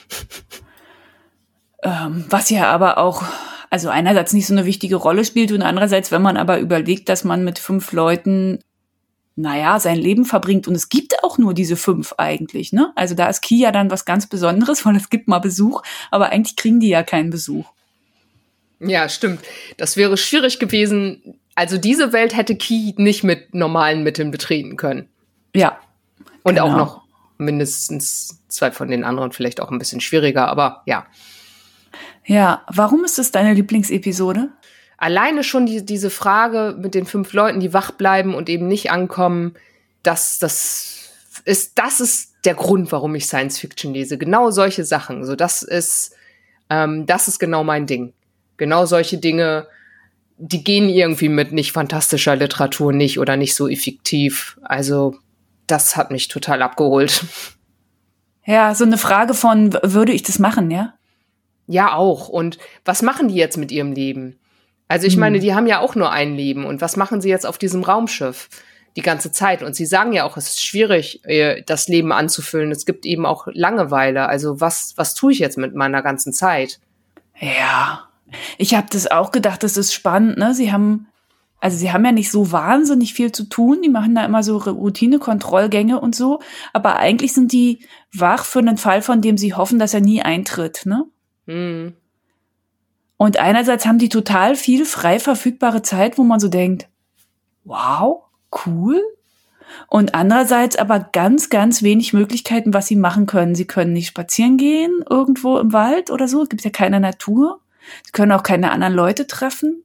Was ja aber auch, also einerseits nicht so eine wichtige Rolle spielt und andererseits, wenn man aber überlegt, dass man mit 5 Leuten, naja, sein Leben verbringt und es gibt auch nur diese 5 eigentlich, ne? Also da ist Ki ja dann was ganz Besonderes, weil es gibt mal Besuch, aber eigentlich kriegen die ja keinen Besuch. Ja, stimmt. Das wäre schwierig gewesen. Also diese Welt hätte Ki nicht mit normalen Mitteln betreten können. Ja. Und genau. auch noch mindestens 2 von den anderen vielleicht auch ein bisschen schwieriger, aber ja. Ja, warum ist das deine Lieblingsepisode? Alleine schon diese Frage mit den 5 Leuten, die wach bleiben und eben nicht ankommen, das ist der Grund, warum ich Science Fiction lese. Genau solche Sachen. So, das ist genau mein Ding. Genau solche Dinge, die gehen irgendwie mit nicht fantastischer Literatur nicht oder nicht so effektiv. Also, das hat mich total abgeholt. Ja, so eine Frage von, würde ich das machen, ja? Ja, auch. Und was machen die jetzt mit ihrem Leben? Also ich meine, die haben ja auch nur ein Leben. Und was machen sie jetzt auf diesem Raumschiff die ganze Zeit? Und sie sagen ja auch, es ist schwierig, das Leben anzufüllen. Es gibt eben auch Langeweile. Also was tue ich jetzt mit meiner ganzen Zeit? Ja, ich habe das auch gedacht, das ist spannend, ne? Sie haben ja nicht so wahnsinnig viel zu tun. Die machen da immer so Routine-Kontrollgänge und so. Aber eigentlich sind die wach für einen Fall, von dem sie hoffen, dass er nie eintritt, ne? Hm. Und einerseits haben die total viel frei verfügbare Zeit, wo man so denkt, wow, cool. Und andererseits aber ganz, ganz wenig Möglichkeiten, was sie machen können. Sie können nicht spazieren gehen irgendwo im Wald oder so. Es gibt ja keine Natur. Sie können auch keine anderen Leute treffen.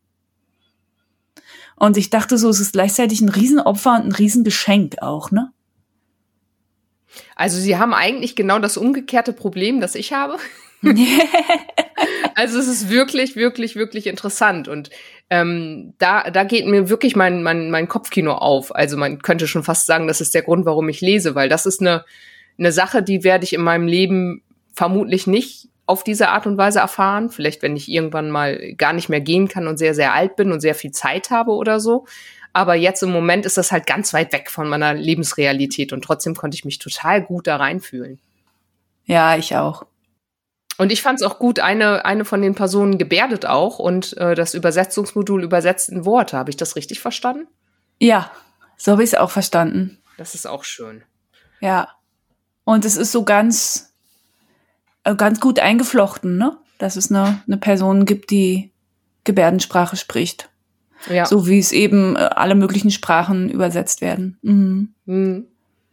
Und ich dachte so, es ist gleichzeitig ein Riesenopfer und ein Riesengeschenk auch, ne? Also sie haben eigentlich genau das umgekehrte Problem, das ich habe. Also es ist wirklich, wirklich, wirklich interessant. Und da geht mir wirklich mein Kopfkino auf. Also man könnte schon fast sagen, das ist der Grund, warum ich lese, weil das ist eine Sache, die werde ich in meinem Leben vermutlich nicht auf diese Art und Weise erfahren. Vielleicht, wenn ich irgendwann mal gar nicht mehr gehen kann und sehr, sehr alt bin und sehr viel Zeit habe oder so. Aber jetzt im Moment ist das halt ganz weit weg von meiner Lebensrealität und trotzdem konnte ich mich total gut da reinfühlen. Ja, ich auch. Und ich fand es auch gut, eine von den Personen gebärdet auch und das Übersetzungsmodul übersetzt in Worte. Habe ich das richtig verstanden? Ja, so habe ich es auch verstanden. Das ist auch schön. Ja. Und es ist so ganz gut eingeflochten, ne? Dass es eine Person gibt, die Gebärdensprache spricht. Ja. So wie es eben alle möglichen Sprachen übersetzt werden. Mhm. Mhm.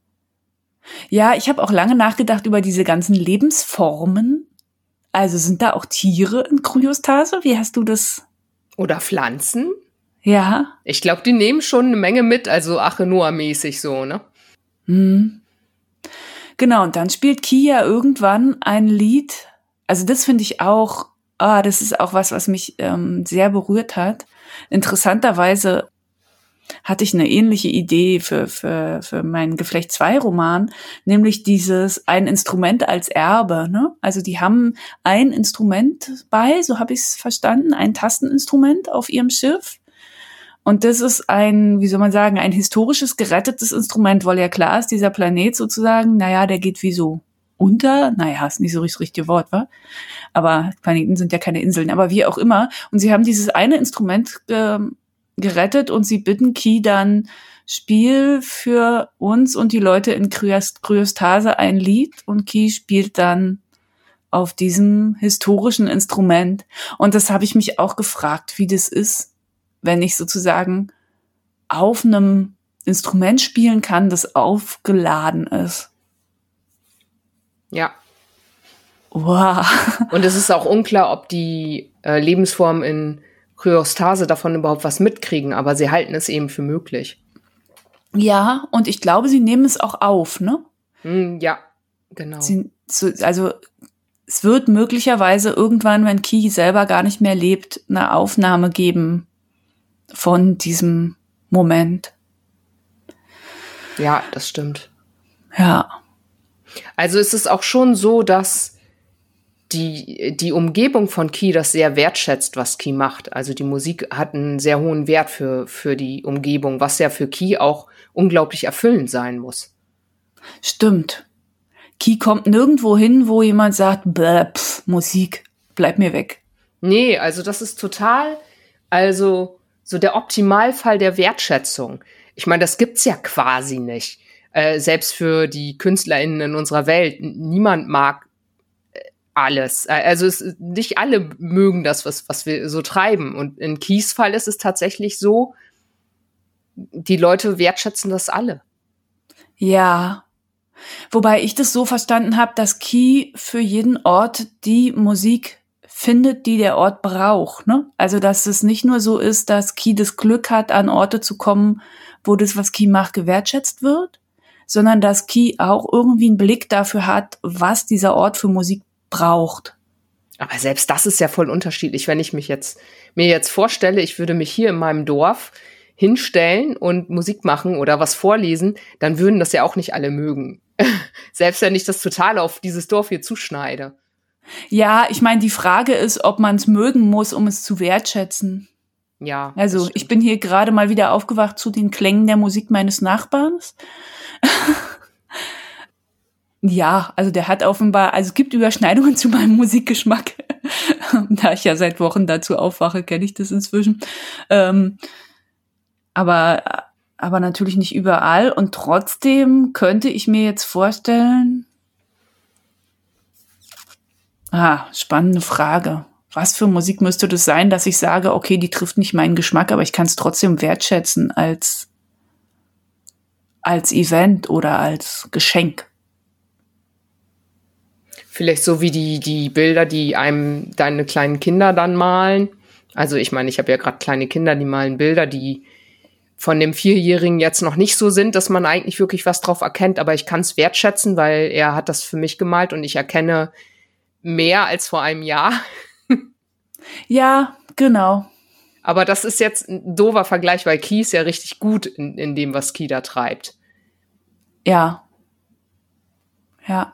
Ja, ich habe auch lange nachgedacht über diese ganzen Lebensformen. Also sind da auch Tiere in Kryostase? Wie hast du das? Oder Pflanzen? Ja. Ich glaube, die nehmen schon eine Menge mit, also Achenoa-mäßig so, ne? Mhm. Genau, und dann spielt Ki ja irgendwann ein Lied. Also das finde ich auch, das ist auch was mich sehr berührt hat. Interessanterweise hatte ich eine ähnliche Idee für meinen Geflecht 2 Roman, nämlich dieses ein Instrument als Erbe, ne? Also die haben ein Instrument bei, so habe ich es verstanden, ein Tasteninstrument auf ihrem Schiff. Und das ist ein, wie soll man sagen, ein historisches gerettetes Instrument, weil ja klar ist, dieser Planet sozusagen, naja, der geht wie so unter, naja, ist nicht so das richtige Wort, wa? Aber Planeten sind ja keine Inseln, aber wie auch immer. Und sie haben dieses eine Instrument gerettet und sie bitten Ki dann, spiel für uns und die Leute in Kryostase ein Lied und Ki spielt dann auf diesem historischen Instrument. Und das habe ich mich auch gefragt, wie das ist, wenn ich sozusagen auf einem Instrument spielen kann, das aufgeladen ist. Ja. Wow. Und es ist auch unklar, ob die Lebensformen in Kryostase davon überhaupt was mitkriegen, aber sie halten es eben für möglich. Ja, und ich glaube, sie nehmen es auch auf, ne? Ja, genau. Also es wird möglicherweise irgendwann, wenn Ki selber gar nicht mehr lebt, eine Aufnahme geben von diesem Moment. Ja, das stimmt. Ja. Also es ist auch schon so, dass die Umgebung von Key das sehr wertschätzt, was Key macht. Also die Musik hat einen sehr hohen Wert für die Umgebung, was ja für Key auch unglaublich erfüllend sein muss. Stimmt. Key kommt nirgendwo hin, wo jemand sagt, Musik, bleib mir weg. Nee, also das ist total, also so der Optimalfall der Wertschätzung. Ich meine, das gibt's ja quasi nicht. Selbst für die KünstlerInnen in unserer Welt. Niemand mag alles. Also nicht alle mögen das, was wir so treiben. Und in Keys Fall ist es tatsächlich so, die Leute wertschätzen das alle. Ja. Wobei ich das so verstanden habe, dass Key für jeden Ort die Musik findet, die der Ort braucht. Ne? Also dass es nicht nur so ist, dass Key das Glück hat, an Orte zu kommen, wo das, was Key macht, gewertschätzt wird, sondern dass Key auch irgendwie einen Blick dafür hat, was dieser Ort für Musik braucht. Aber selbst das ist ja voll unterschiedlich. Wenn ich mir jetzt vorstelle, ich würde mich hier in meinem Dorf hinstellen und Musik machen oder was vorlesen, dann würden das ja auch nicht alle mögen. Selbst wenn ich das total auf dieses Dorf hier zuschneide. Ja, ich meine, die Frage ist, ob man es mögen muss, um es zu wertschätzen. Ja. Also ich bin hier gerade mal wieder aufgewacht zu den Klängen der Musik meines Nachbarns. Ja, also der hat offenbar, also es gibt Überschneidungen zu meinem Musikgeschmack. Da ich ja seit Wochen dazu aufwache, kenne ich das inzwischen. Aber natürlich nicht überall. Und trotzdem könnte ich mir jetzt vorstellen, spannende Frage. Was für Musik müsste das sein, dass ich sage, okay, die trifft nicht meinen Geschmack, aber ich kann es trotzdem wertschätzen als Event oder als Geschenk? Vielleicht so wie die Bilder, die einem deine kleinen Kinder dann malen. Also ich meine, ich habe ja gerade kleine Kinder, die malen Bilder, die von dem 4-Jährigen jetzt noch nicht so sind, dass man eigentlich wirklich was drauf erkennt, aber ich kann es wertschätzen, weil er hat das für mich gemalt und ich erkenne mehr als vor einem Jahr. Ja, genau. Aber das ist jetzt ein doofer Vergleich, weil Key ist ja richtig gut in dem, was Key da treibt. Ja. Ja.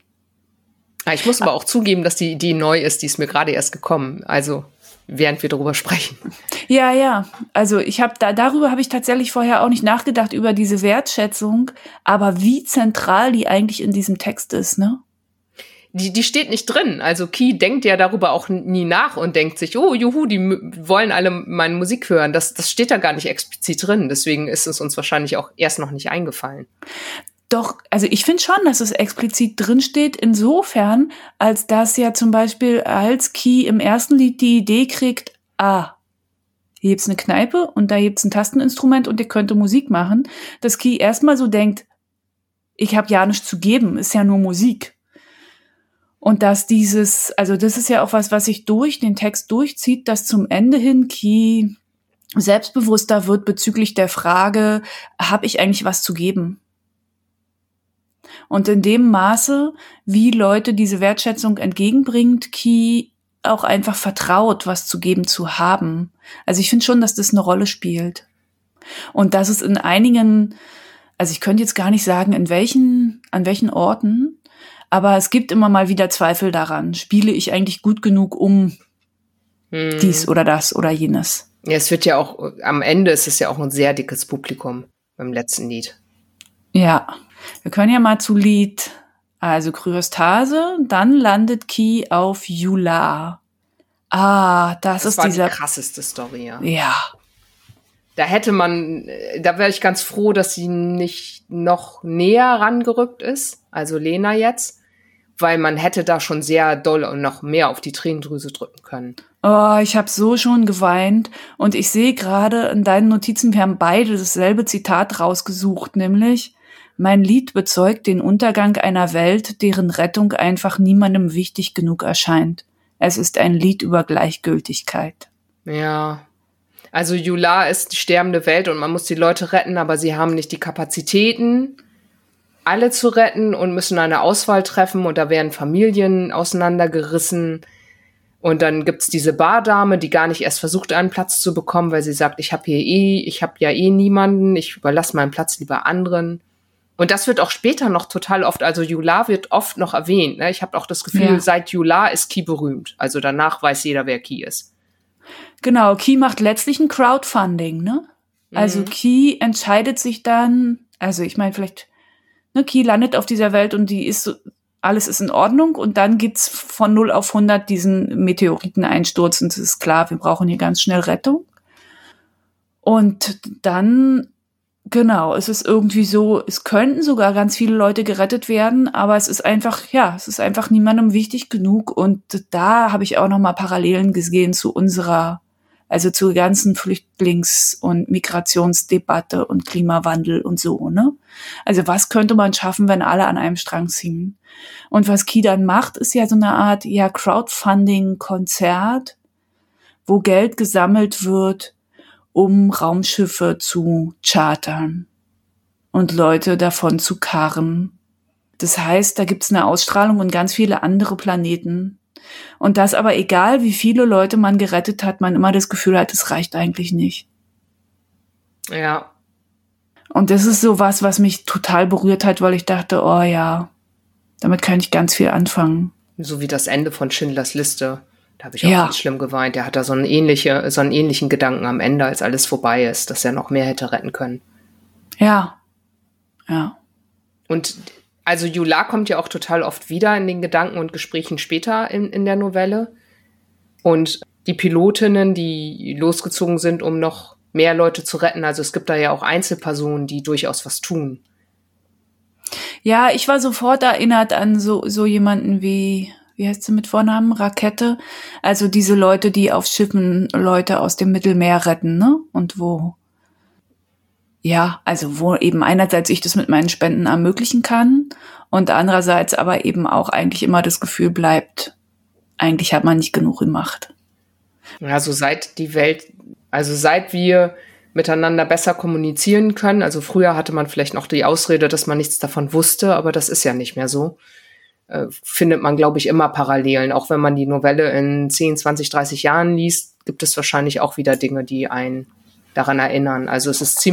Ich muss aber auch zugeben, dass die Idee neu ist, die ist mir gerade erst gekommen. Also, während wir darüber sprechen. Ja. Also darüber habe ich tatsächlich vorher auch nicht nachgedacht, über diese Wertschätzung, aber wie zentral die eigentlich in diesem Text ist, ne? Die steht nicht drin. Also Key denkt ja darüber auch nie nach und denkt sich, oh, juhu, die wollen alle meine Musik hören. Das steht da gar nicht explizit drin. Deswegen ist es uns wahrscheinlich auch erst noch nicht eingefallen. Doch, also ich finde schon, dass es explizit drinsteht, insofern, als dass ja zum Beispiel als Key im ersten Lied die Idee kriegt, hier gibt's eine Kneipe und da gibt's ein Tasteninstrument und ihr könnte Musik machen, dass Key erstmal so denkt, ich habe ja nichts zu geben, ist ja nur Musik. Und dass also das ist ja auch was sich durch den Text durchzieht, dass zum Ende hin Key selbstbewusster wird bezüglich der Frage, habe ich eigentlich was zu geben? Und in dem Maße, wie Leute diese Wertschätzung entgegenbringt, Key auch einfach vertraut, was zu geben zu haben. Also ich finde schon, dass das eine Rolle spielt. Und dass es in einigen, also ich könnte jetzt gar nicht sagen, an welchen Orten, aber es gibt immer mal wieder Zweifel daran. Spiele ich eigentlich gut genug um dies oder das oder jenes? Ja, es wird ja auch, am Ende ist es ja auch ein sehr dickes Publikum beim letzten Lied. Ja, wir können ja mal zu Lied, also Kryostase, dann landet Key auf Jula. Das ist war dieser... die krasseste Story, ja. Ja. Da wäre ich ganz froh, dass sie nicht noch näher rangerückt ist, also Lena jetzt, weil man hätte da schon sehr doll und noch mehr auf die Tränendrüse drücken können. Oh, ich habe so schon geweint und ich sehe gerade in deinen Notizen, wir haben beide dasselbe Zitat rausgesucht, nämlich: Mein Lied bezeugt den Untergang einer Welt, deren Rettung einfach niemandem wichtig genug erscheint. Es ist ein Lied über Gleichgültigkeit. Ja, also Jula ist die sterbende Welt und man muss die Leute retten, aber sie haben nicht die Kapazitäten, alle zu retten und müssen eine Auswahl treffen und da werden Familien auseinandergerissen. Und dann gibt's diese Bardame, die gar nicht erst versucht, einen Platz zu bekommen, weil sie sagt, ich habe ja eh niemanden, ich überlasse meinen Platz lieber anderen. Und das wird auch später noch total oft, also Jula wird oft noch erwähnt. Ne? Ich habe auch das Gefühl, seit Jula ist Ky berühmt. Also danach weiß jeder, wer Ky ist. Genau, Ky macht letztlich ein Crowdfunding, ne? Also Ky entscheidet sich dann, also ich meine vielleicht, ne, Ky landet auf dieser Welt und alles ist in Ordnung und dann gibt's von 0 auf 100 diesen Meteoriteneinsturz und es ist klar, wir brauchen hier ganz schnell Rettung. Und dann, genau, es ist irgendwie so, es könnten sogar ganz viele Leute gerettet werden, aber es ist einfach niemandem wichtig genug und da habe ich auch nochmal Parallelen gesehen zu zur ganzen Flüchtlings- und Migrationsdebatte und Klimawandel und so, ne? Also was könnte man schaffen, wenn alle an einem Strang ziehen? Und was Ky dann macht, ist ja so eine Art, Crowdfunding-Konzert, wo Geld gesammelt wird, um Raumschiffe zu chartern und Leute davon zu karren. Das heißt, da gibt's eine Ausstrahlung und ganz viele andere Planeten. Und das aber egal, wie viele Leute man gerettet hat, man immer das Gefühl hat, es reicht eigentlich nicht. Ja. Und das ist so was mich total berührt hat, weil ich dachte, oh ja, damit kann ich ganz viel anfangen. So wie das Ende von Schindlers Liste. Da habe ich auch ganz schlimm geweint. Der hat da so einen ähnlichen Gedanken am Ende, als alles vorbei ist, dass er noch mehr hätte retten können. Ja. Und also Jula kommt ja auch total oft wieder in den Gedanken und Gesprächen später in der Novelle. Und die Pilotinnen, die losgezogen sind, um noch mehr Leute zu retten, also es gibt da ja auch Einzelpersonen, die durchaus was tun. Ja, ich war sofort erinnert an so jemanden wie heißt sie mit Vornamen? Rakete. Also diese Leute, die auf Schiffen Leute aus dem Mittelmeer retten, ne? Und wo eben einerseits ich das mit meinen Spenden ermöglichen kann und andererseits aber eben auch eigentlich immer das Gefühl bleibt, eigentlich hat man nicht genug gemacht. Also seit wir miteinander besser kommunizieren können, also früher hatte man vielleicht noch die Ausrede, dass man nichts davon wusste, aber das ist ja nicht mehr so, findet man, glaube ich, immer Parallelen. Auch wenn man die Novelle in 10, 20, 30 Jahren liest, gibt es wahrscheinlich auch wieder Dinge, die einen daran erinnern. Also es ist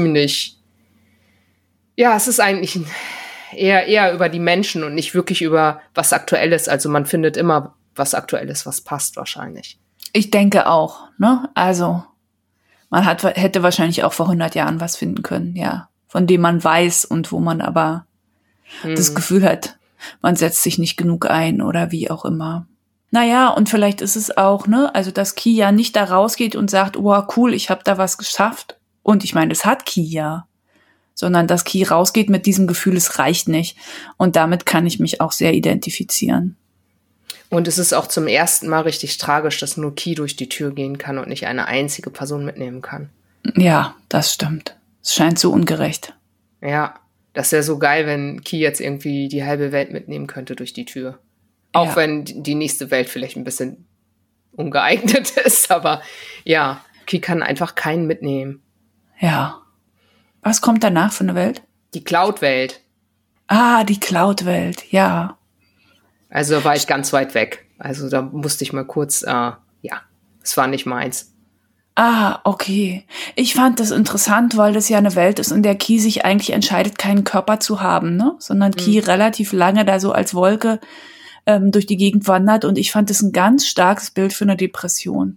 es ist eigentlich eher über die Menschen und nicht wirklich über was Aktuelles. Also man findet immer was Aktuelles, was passt wahrscheinlich. Ich denke auch, ne? Also man hätte wahrscheinlich auch vor 100 Jahren was finden können, ja, von dem man weiß und wo man aber das Gefühl hat, man setzt sich nicht genug ein oder wie auch immer. Naja, und vielleicht ist es auch, ne, also dass Ky ja nicht da rausgeht und sagt, oh cool, ich habe da was geschafft. Und ich meine, das hat Ky ja. Sondern dass Ky rausgeht mit diesem Gefühl, es reicht nicht. Und damit kann ich mich auch sehr identifizieren. Und es ist auch zum ersten Mal richtig tragisch, dass nur Ky durch die Tür gehen kann und nicht eine einzige Person mitnehmen kann. Ja, das stimmt. Es scheint so ungerecht. Ja, das wäre so geil, wenn Ky jetzt irgendwie die halbe Welt mitnehmen könnte durch die Tür. Auch wenn die nächste Welt vielleicht ein bisschen ungeeignet ist, aber ja, Ky kann einfach keinen mitnehmen. Ja. Was kommt danach für eine Welt? Die Cloud-Welt. Ah, die Cloud-Welt, ja. Also war ich ganz weit weg. Also da musste ich mal kurz, es war nicht meins. Ah, okay. Ich fand das interessant, weil das ja eine Welt ist, in der Ky sich eigentlich entscheidet, keinen Körper zu haben, ne? Sondern Ky relativ lange da so als Wolke durch die Gegend wandert. Und ich fand das ein ganz starkes Bild für eine Depression.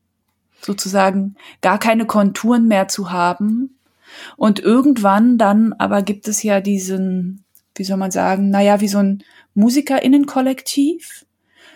Sozusagen gar keine Konturen mehr zu haben. Und irgendwann dann aber gibt es ja diesen, wie soll man sagen, wie so ein MusikerInnen-Kollektiv.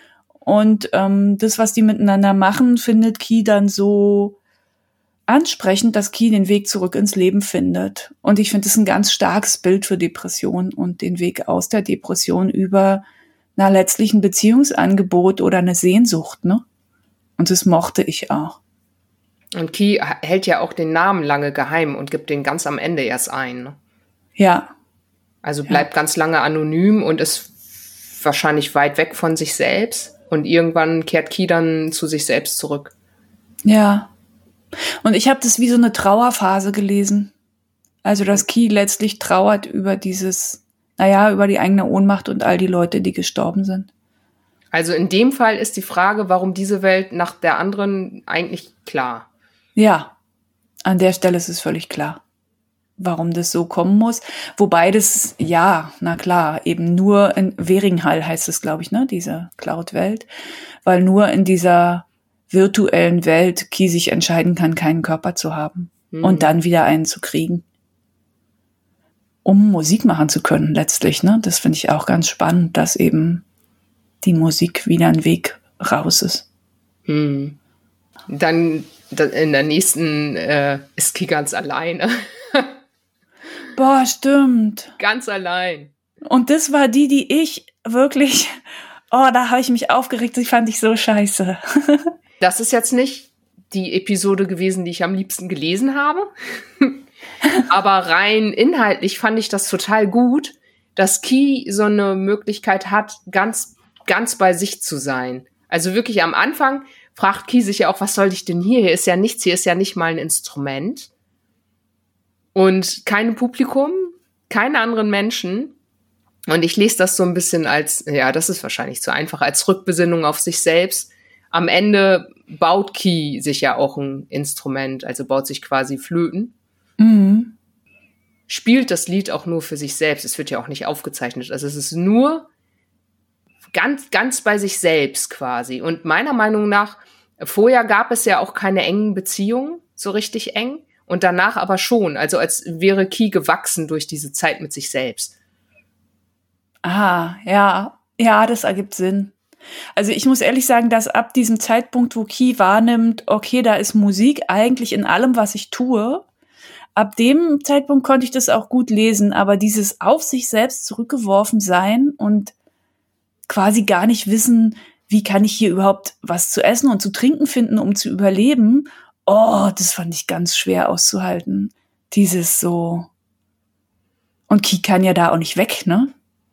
Und das, was die miteinander machen, findet Ky dann so ansprechend, dass Ky den Weg zurück ins Leben findet. Und ich finde das ein ganz starkes Bild für Depression und den Weg aus der Depression über letztlich ein Beziehungsangebot oder eine Sehnsucht, ne? Und das mochte ich auch. Und Ky hält ja auch den Namen lange geheim und gibt den ganz am Ende erst ein. Ne? Ja. Also bleibt ganz lange anonym und ist wahrscheinlich weit weg von sich selbst. Und irgendwann kehrt Ky dann zu sich selbst zurück. Ja. Und ich habe das wie so eine Trauerphase gelesen. Also, dass Ky letztlich trauert über über die eigene Ohnmacht und all die Leute, die gestorben sind. Also in dem Fall ist die Frage, warum diese Welt nach der anderen eigentlich klar. Ja, an der Stelle ist es völlig klar. warum das so kommen muss. Wobei das, ja, na klar, eben nur in Weringhall heißt es, glaube ich, ne, diese Cloud-Welt, weil nur in dieser virtuellen Welt Key sich entscheiden kann, keinen Körper zu haben und dann wieder einen zu kriegen. Um Musik machen zu können letztlich, ne? Das finde ich auch ganz spannend, dass eben die Musik wieder ein Weg raus ist. Dann in der nächsten ist Key ganz alleine. Boah, stimmt. Ganz allein. Und das war die ich wirklich, da habe ich mich aufgeregt, die fand ich so scheiße. Das ist jetzt nicht die Episode gewesen, die ich am liebsten gelesen habe. Aber rein inhaltlich fand ich das total gut, dass Key so eine Möglichkeit hat, ganz, ganz bei sich zu sein. Also wirklich am Anfang fragt Key sich ja auch, was soll ich denn hier? Hier ist ja nichts, hier ist ja nicht mal ein Instrument. Und kein Publikum, keine anderen Menschen. Und ich lese das so ein bisschen als, ja, das ist wahrscheinlich zu einfach, als Rückbesinnung auf sich selbst. Am Ende baut Key sich ja auch ein Instrument, also baut sich quasi Flöten. Spielt das Lied auch nur für sich selbst. Es wird ja auch nicht aufgezeichnet. Also es ist nur ganz, ganz bei sich selbst quasi. Und meiner Meinung nach, vorher gab es ja auch keine engen Beziehungen, so richtig eng. Und danach aber schon. Also als wäre Key gewachsen durch diese Zeit mit sich selbst. Ah, ja. Ja, das ergibt Sinn. Also ich muss ehrlich sagen, dass ab diesem Zeitpunkt, wo Key wahrnimmt, okay, da ist Musik eigentlich in allem, was ich tue, ab dem Zeitpunkt konnte ich das auch gut lesen, aber dieses auf sich selbst zurückgeworfen sein und quasi gar nicht wissen, wie kann ich hier überhaupt was zu essen und zu trinken finden, um zu überleben, das fand ich ganz schwer auszuhalten. Dieses so. Und Key kann ja da auch nicht weg, ne?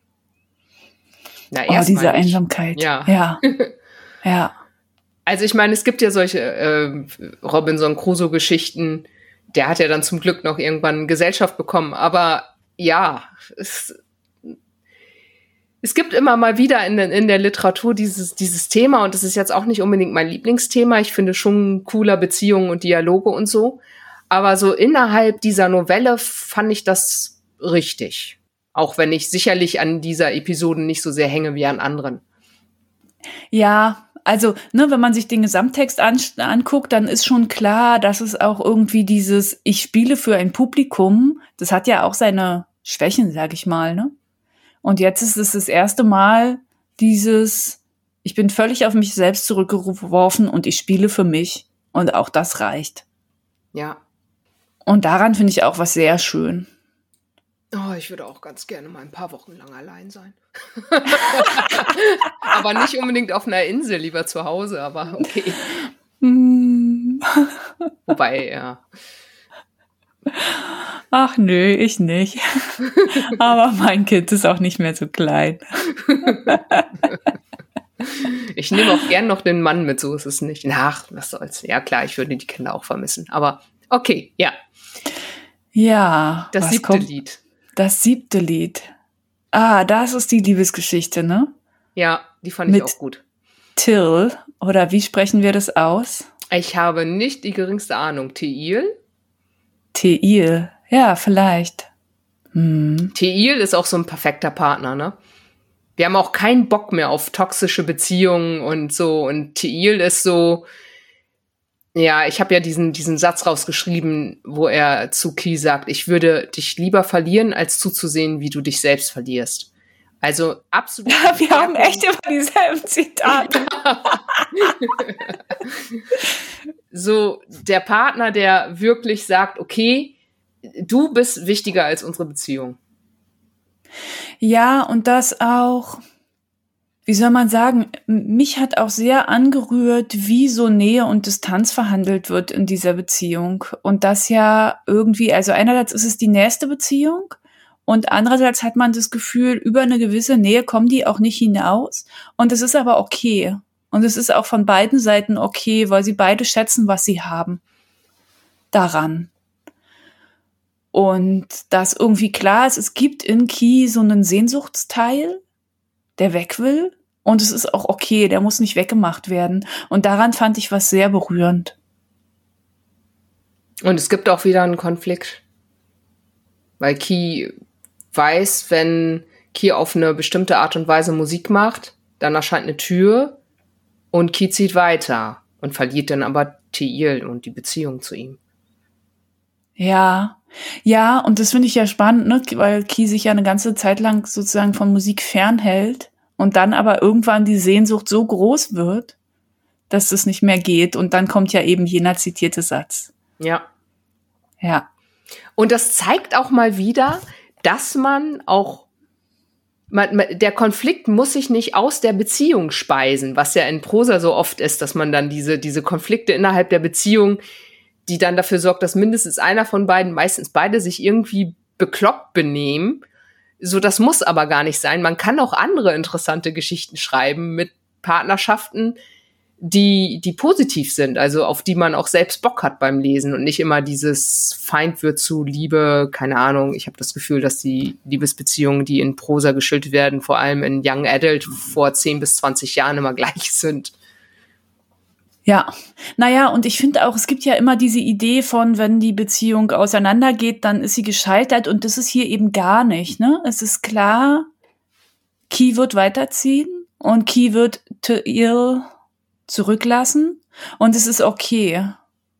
Na, diese Einsamkeit. Ja. Ja. Also ich meine, es gibt ja solche Robinson Crusoe-Geschichten. Der hat ja dann zum Glück noch irgendwann Gesellschaft bekommen. Aber ja, es gibt immer mal wieder in der Literatur dieses Thema. Und das ist jetzt auch nicht unbedingt mein Lieblingsthema. Ich finde schon cooler Beziehungen und Dialoge und so. Aber so innerhalb dieser Novelle fand ich das richtig. Auch wenn ich sicherlich an dieser Episode nicht so sehr hänge wie an anderen. Ja, also, wenn man sich den Gesamttext anguckt, dann ist schon klar, dass es auch irgendwie dieses ich spiele für ein Publikum, das hat ja auch seine Schwächen, sag ich mal, ne? Und jetzt ist es das erste Mal dieses ich bin völlig auf mich selbst zurückgeworfen und ich spiele für mich. Und auch das reicht. Ja. Und daran finde ich auch was sehr schön. Oh, ich würde auch ganz gerne mal ein paar Wochen lang allein sein. Aber nicht unbedingt auf einer Insel, lieber zu Hause, aber okay. Wobei, ja. Ach nö, ich nicht. Aber mein Kind ist auch nicht mehr so klein. Ich nehme auch gern noch den Mann mit, so ist es nicht. Ach, was soll's. Ja klar, ich würde die Kinder auch vermissen. Aber okay, ja. Ja. Das 7. Lied. Das 7. Lied. Ah, das ist die Liebesgeschichte, ne? Ja, die fand ich auch gut. Till, oder wie sprechen wir das aus? Ich habe nicht die geringste Ahnung. Teil? Teil, ja, vielleicht. Teil ist auch so ein perfekter Partner, ne? Wir haben auch keinen Bock mehr auf toxische Beziehungen und so. Und Teil ist so, ja, ich habe ja diesen Satz rausgeschrieben, wo er zu Key sagt, ich würde dich lieber verlieren, als zuzusehen, wie du dich selbst verlierst. Also absolut. Ja, wir haben echt immer dieselben Zitate. So der Partner, der wirklich sagt, okay, du bist wichtiger als unsere Beziehung. Ja, und das auch, wie soll man sagen, mich hat auch sehr angerührt, wie so Nähe und Distanz verhandelt wird in dieser Beziehung. Und das ja irgendwie, also einerseits ist es die nächste Beziehung und andererseits hat man das Gefühl, über eine gewisse Nähe kommen die auch nicht hinaus. Und es ist aber okay. Und es ist auch von beiden Seiten okay, weil sie beide schätzen, was sie haben. Daran. Und dass irgendwie klar ist, es gibt in Key so einen Sehnsuchtsteil, der weg will. Und es ist auch okay, der muss nicht weggemacht werden. Und daran fand ich was sehr berührend. Und es gibt auch wieder einen Konflikt. Weil Key weiß, wenn Key auf eine bestimmte Art und Weise Musik macht, dann erscheint eine Tür und Key zieht weiter und verliert dann aber Teal und die Beziehung zu ihm. Ja, ja, und das finde ich ja spannend, ne? Weil Key sich ja eine ganze Zeit lang sozusagen von Musik fernhält und dann aber irgendwann die Sehnsucht so groß wird, dass es nicht mehr geht. Und dann kommt ja eben jener zitierte Satz. Ja. Ja. Und das zeigt auch mal wieder, dass der Konflikt muss sich nicht aus der Beziehung speisen, was ja in Prosa so oft ist, dass man dann diese Konflikte innerhalb der Beziehung, die dann dafür sorgt, dass mindestens einer von beiden, meistens beide, sich irgendwie bekloppt benehmen. So, das muss aber gar nicht sein. Man kann auch andere interessante Geschichten schreiben mit Partnerschaften, die positiv sind, also auf die man auch selbst Bock hat beim Lesen und nicht immer dieses Feind wird zu Liebe, keine Ahnung. Ich habe das Gefühl, dass die Liebesbeziehungen, die in Prosa geschildert werden, vor allem in Young Adult vor 10 bis 20 Jahren immer gleich sind. Ja, naja, und ich finde auch, es gibt ja immer diese Idee von, wenn die Beziehung auseinandergeht, dann ist sie gescheitert und das ist hier eben gar nicht, ne? Es ist klar, Key wird weiterziehen und Key wird Teal zurücklassen und es ist okay.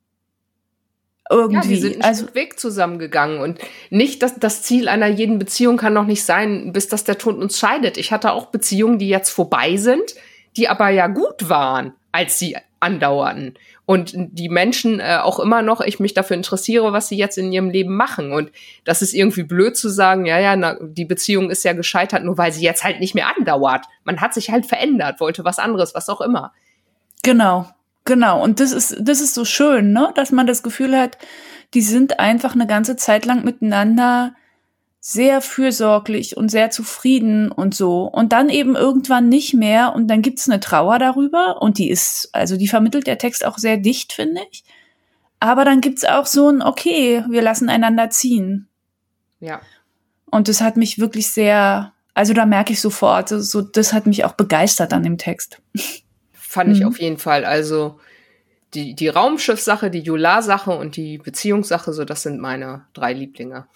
Irgendwie. Ja, die sind einen Stück Weg zusammengegangen und nicht, dass das Ziel einer jeden Beziehung kann noch nicht sein, bis dass der Tod uns scheidet. Ich hatte auch Beziehungen, die jetzt vorbei sind, die aber ja gut waren, als sie andauerten. Und die Menschen auch immer noch, ich mich dafür interessiere, was sie jetzt in ihrem Leben machen. Und das ist irgendwie blöd zu sagen, die Beziehung ist ja gescheitert, nur weil sie jetzt halt nicht mehr andauert. Man hat sich halt verändert, wollte was anderes, was auch immer. Genau. Und das ist so schön, ne, dass man das Gefühl hat, die sind einfach eine ganze Zeit lang miteinander sehr fürsorglich und sehr zufrieden und so. Und dann eben irgendwann nicht mehr und dann gibt's eine Trauer darüber und die vermittelt der Text auch sehr dicht, finde ich. Aber dann gibt's auch so ein, okay, wir lassen einander ziehen. Ja. Und das hat mich wirklich sehr, also da merke ich sofort, so, das hat mich auch begeistert an dem Text. Fand ich auf jeden Fall. Also die Raumschiff-Sache, die Yular-Sache und die Beziehungssache, so das sind meine 3 Lieblinge.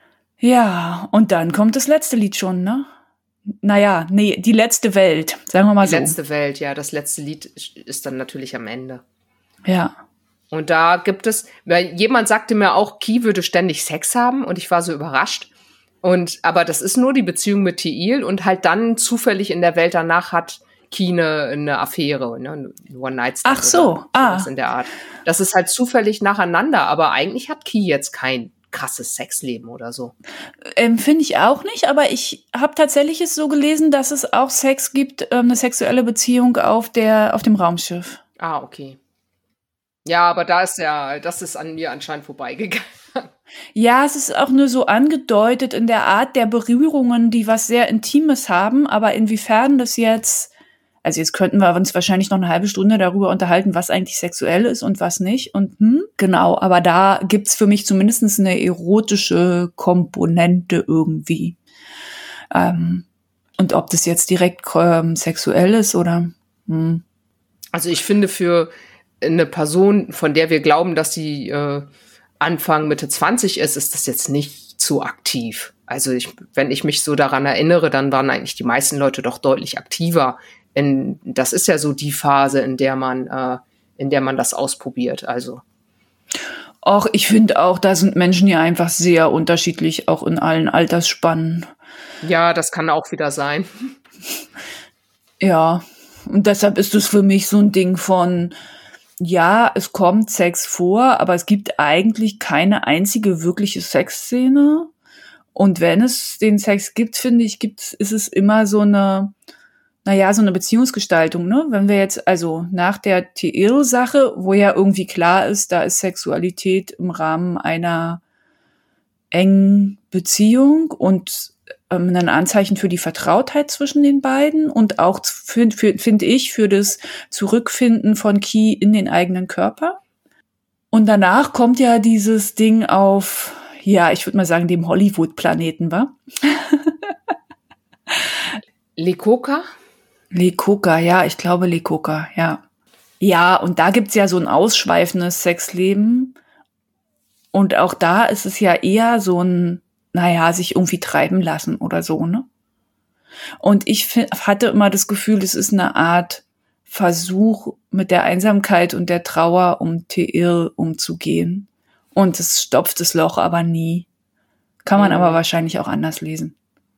Ja, und dann kommt das letzte Lied schon, ne? Naja, nee, die letzte Welt, sagen wir mal so. Die letzte Welt, ja, das letzte Lied ist dann natürlich am Ende. Ja. Und da gibt es, weil jemand sagte mir auch, Key würde ständig Sex haben und ich war so überrascht. Aber das ist nur die Beziehung mit Teal und halt dann zufällig in der Welt danach hat Key eine Affäre, ne? Eine One-Night-Stand. Ach so, was in der Art. Das ist halt zufällig nacheinander, aber eigentlich hat Key jetzt kein krasses Sexleben oder so. Finde ich auch nicht, aber ich habe tatsächlich es so gelesen, dass es auch Sex gibt, eine sexuelle Beziehung auf dem Raumschiff. Ah, okay. Ja, aber das ist an mir anscheinend vorbeigegangen. Ja, es ist auch nur so angedeutet in der Art der Berührungen, die was sehr Intimes haben, aber inwiefern das jetzt, also jetzt könnten wir uns wahrscheinlich noch eine halbe Stunde darüber unterhalten, was eigentlich sexuell ist und was nicht. Und genau, aber da gibt's für mich zumindest eine erotische Komponente irgendwie. Und ob das jetzt direkt sexuell ist oder Also ich finde, für eine Person, von der wir glauben, dass sie Anfang, Mitte 20 ist das jetzt nicht zu aktiv. Also wenn ich mich so daran erinnere, dann waren eigentlich die meisten Leute doch deutlich aktiver. Das ist ja so die Phase, in der man das ausprobiert. Also. Ach, ich finde auch, da sind Menschen ja einfach sehr unterschiedlich, auch in allen Altersspannen. Ja, das kann auch wieder sein. Ja, und deshalb ist es für mich so ein Ding von, ja, es kommt Sex vor, aber es gibt eigentlich keine einzige wirkliche Sexszene. Und wenn es den Sex gibt, finde ich, ist es immer so eine Beziehungsgestaltung, ne? Wenn wir jetzt, also nach der Teal-Sache, wo ja irgendwie klar ist, da ist Sexualität im Rahmen einer engen Beziehung und ein Anzeichen für die Vertrautheit zwischen den beiden und auch, finde ich, für das Zurückfinden von Key in den eigenen Körper. Und danach kommt ja dieses Ding auf, ja, ich würde mal sagen, dem Hollywood-Planeten, wa? Lekoka? Lekoka, ja, ich glaube Lekoka, ja. Ja, und da gibt's ja so ein ausschweifendes Sexleben. Und auch da ist es ja eher so ein sich irgendwie treiben lassen oder so, ne? Und ich hatte immer das Gefühl, es ist eine Art Versuch, mit der Einsamkeit und der Trauer um Teil umzugehen. Und es stopft das Loch aber nie. Kann man aber wahrscheinlich auch anders lesen.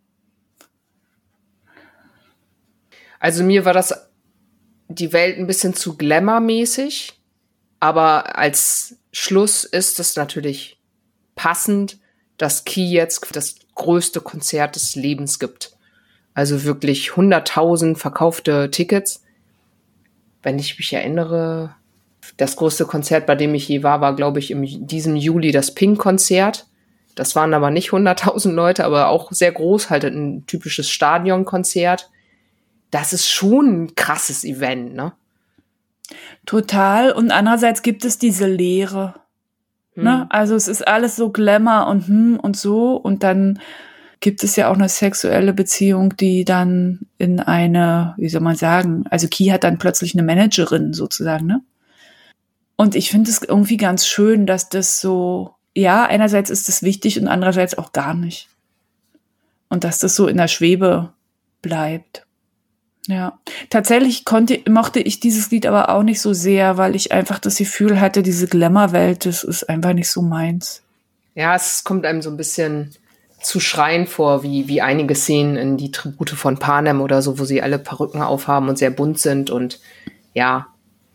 Also mir war die Welt ein bisschen zu glamourmäßig, aber als Schluss ist es natürlich passend, dass Key jetzt das größte Konzert des Lebens gibt. Also wirklich 100.000 verkaufte Tickets. Wenn ich mich erinnere, das größte Konzert, bei dem ich je war, glaube ich, in diesem Juli das Pink-Konzert. Das waren aber nicht 100.000 Leute, aber auch sehr groß, halt ein typisches Stadionkonzert. Das ist schon ein krasses Event, ne? Total. Und andererseits gibt es diese Leere. Ne? Also es ist alles so Glamour und so. Und dann gibt es ja auch eine sexuelle Beziehung, die dann in eine, wie soll man sagen, also Key hat dann plötzlich eine Managerin sozusagen, ne? Und ich finde es irgendwie ganz schön, dass das so, ja, einerseits ist es wichtig und andererseits auch gar nicht. Und dass das so in der Schwebe bleibt. Ja, tatsächlich mochte ich dieses Lied aber auch nicht so sehr, weil ich einfach das Gefühl hatte, diese Glamour-Welt, das ist einfach nicht so meins. Ja, es kommt einem so ein bisschen zu schreien vor, wie einige Szenen in die Tribute von Panem oder so, wo sie alle Perücken aufhaben und sehr bunt sind und ja.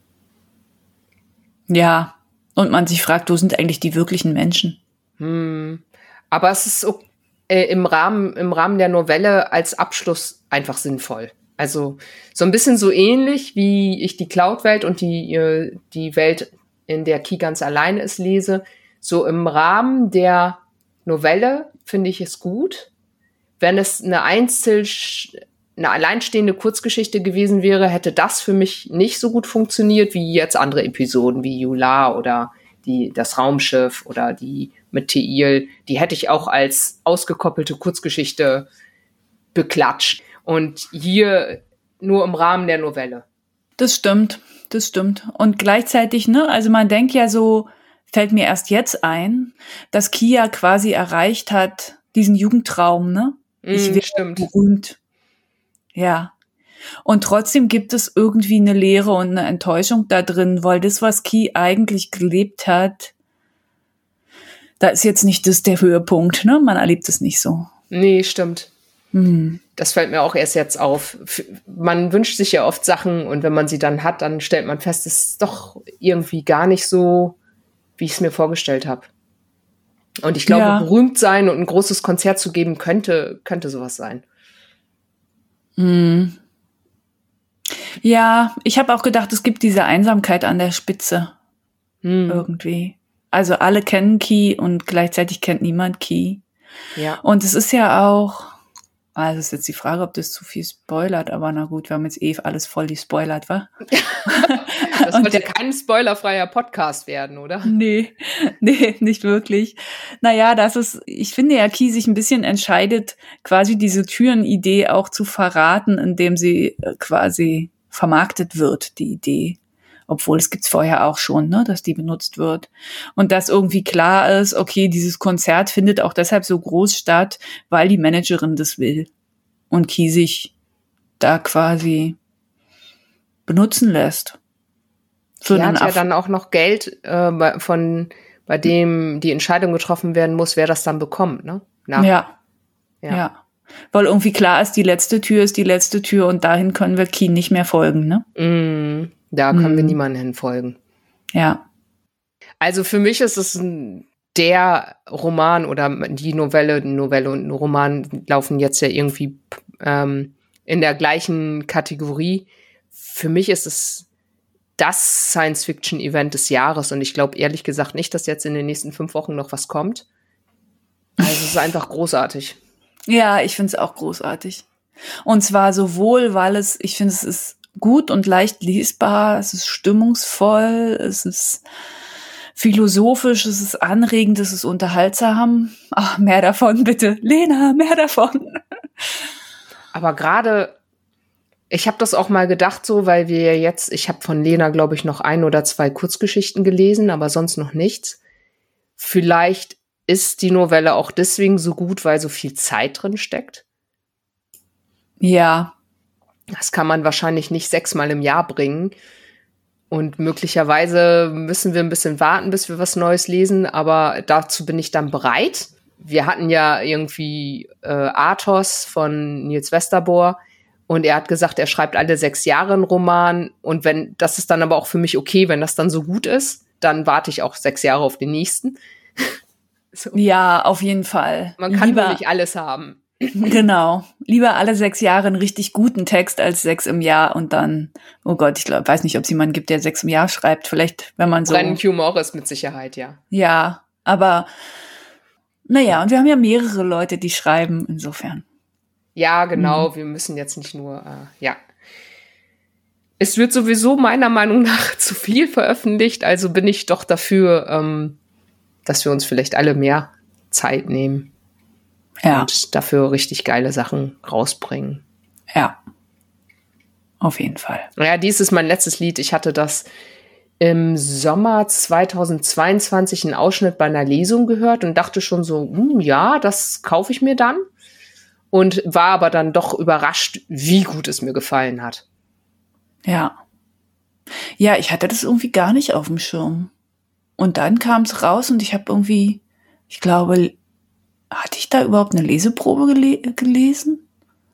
Ja, und man sich fragt, wo sind eigentlich die wirklichen Menschen? Aber es ist so, im Rahmen der Novelle als Abschluss einfach sinnvoll. Also so ein bisschen so ähnlich, wie ich die Cloud-Welt und die Welt, in der Key ganz alleine ist, lese. So im Rahmen der Novelle finde ich es gut. Wenn es eine alleinstehende Kurzgeschichte gewesen wäre, hätte das für mich nicht so gut funktioniert wie jetzt andere Episoden, wie Yula oder das Raumschiff oder die mit Teil. Die hätte ich auch als ausgekoppelte Kurzgeschichte beklatscht. Und hier nur im Rahmen der Novelle. Das stimmt. Und gleichzeitig, ne, also man denkt ja so, fällt mir erst jetzt ein, dass Kia quasi erreicht hat, diesen Jugendtraum, ne? Ich werde berühmt. Ja. Und trotzdem gibt es irgendwie eine Leere und eine Enttäuschung da drin, weil das, was Key eigentlich gelebt hat, da ist jetzt nicht das der Höhepunkt, ne? Man erlebt es nicht so. Nee, stimmt. Das fällt mir auch erst jetzt auf. Man wünscht sich ja oft Sachen und wenn man sie dann hat, dann stellt man fest, es ist doch irgendwie gar nicht so, wie ich es mir vorgestellt habe. Und ich glaube, berühmt sein und ein großes Konzert zu geben, könnte sowas sein. Ja, ich habe auch gedacht, es gibt diese Einsamkeit an der Spitze. Irgendwie. Also alle kennen Key und gleichzeitig kennt niemand Key. Ja. Und es ist ja auch, also ist jetzt die Frage, ob das zu viel spoilert, aber na gut, wir haben jetzt alles voll gespoilert, wa? Das sollte kein spoilerfreier Podcast werden, oder? Nee, nicht wirklich. Naja, ich finde ja, Key sich ein bisschen entscheidet, quasi diese Türenidee auch zu verraten, indem sie quasi vermarktet wird, die Idee. Obwohl, es gibt's vorher auch schon, ne, dass die benutzt wird. Und dass irgendwie klar ist, okay, dieses Konzert findet auch deshalb so groß statt, weil die Managerin das will. Und Key sich da quasi benutzen lässt. Die hat ja dann auch noch Geld, bei dem die Entscheidung getroffen werden muss, wer das dann bekommt, ne? Ja. Weil irgendwie klar ist, die letzte Tür und dahin können wir Key nicht mehr folgen, ne? Da können wir niemanden hinfolgen. Ja. Also für mich ist es der Roman oder die Novelle und ein Roman laufen jetzt ja irgendwie in der gleichen Kategorie. Für mich ist es das Science-Fiction-Event des Jahres und ich glaube ehrlich gesagt nicht, dass jetzt in den nächsten 5 Wochen noch was kommt. Also es ist einfach großartig. Ja, ich finde es auch großartig. Und zwar sowohl, weil ich finde, es ist gut und leicht lesbar, es ist stimmungsvoll, es ist philosophisch, es ist anregend, es ist unterhaltsam. Ach, mehr davon bitte. Lena, mehr davon. Aber gerade, ich habe das auch mal gedacht so, weil ich habe von Lena, glaube ich, noch 1 oder 2 Kurzgeschichten gelesen, aber sonst noch nichts. Vielleicht ist die Novelle auch deswegen so gut, weil so viel Zeit drin steckt? Ja. Das kann man wahrscheinlich nicht 6-mal im Jahr bringen. Und möglicherweise müssen wir ein bisschen warten, bis wir was Neues lesen. Aber dazu bin ich dann bereit. Wir hatten ja irgendwie Athos von Nils Westerboer. Und er hat gesagt, er schreibt alle 6 Jahre einen Roman. Und das ist dann aber auch für mich okay, wenn das dann so gut ist, dann warte ich auch 6 Jahre auf den nächsten. So. Ja, auf jeden Fall. Man kann nur nicht alles haben. Genau. Lieber alle 6 Jahre einen richtig guten Text als 6 im Jahr und dann, oh Gott, weiß nicht, ob es jemanden gibt, der 6 im Jahr schreibt. Vielleicht, wenn man so. Brandon Hugh Morris mit Sicherheit, ja. Ja, aber naja, und wir haben ja mehrere Leute, die schreiben, insofern. Ja, genau. Wir müssen jetzt nicht nur, ja. Es wird sowieso meiner Meinung nach zu viel veröffentlicht, also bin ich doch dafür, dass wir uns vielleicht alle mehr Zeit nehmen. Ja. Und dafür richtig geile Sachen rausbringen. Ja. Auf jeden Fall. Ja, dies ist mein letztes Lied. Ich hatte das im Sommer 2022 einen Ausschnitt bei einer Lesung gehört und dachte schon so, ja, das kaufe ich mir dann. Und war aber dann doch überrascht, wie gut es mir gefallen hat. Ja. Ja, ich hatte das irgendwie gar nicht auf dem Schirm. Und dann kam es raus und ich habe irgendwie, ich glaube, hatte ich da überhaupt eine Leseprobe gelesen?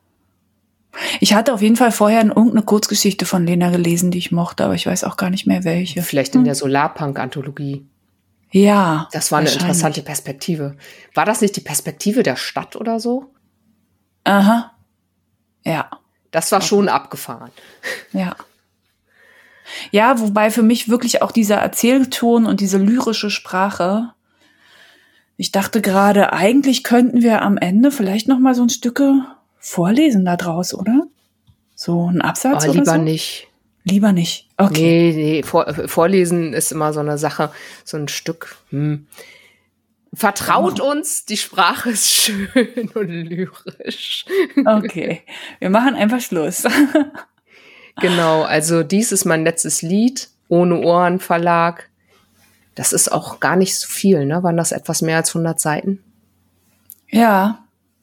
Ich hatte auf jeden Fall vorher irgendeine Kurzgeschichte von Lena gelesen, die ich mochte, aber ich weiß auch gar nicht mehr welche. Vielleicht in der Solarpunk-Anthologie. Ja. Das war eine interessante Perspektive. War das nicht die Perspektive der Stadt oder so? Aha. Ja. Das war schon abgefahren. Ja. Ja, wobei für mich wirklich auch dieser Erzählton und diese lyrische Sprache, ich dachte gerade, eigentlich könnten wir am Ende vielleicht noch mal so ein Stücke vorlesen da draus, oder? So ein Absatz oder so? Lieber nicht. Lieber nicht. Okay. Nee, Vorlesen ist immer so eine Sache, so ein Stück. Vertraut uns, die Sprache ist schön und lyrisch. Okay, wir machen einfach Schluss. Genau, also dies ist mein letztes Lied, Ohne Ohren Verlag. Das ist auch gar nicht so viel, ne? Waren das etwas mehr als 100 Seiten? Ja.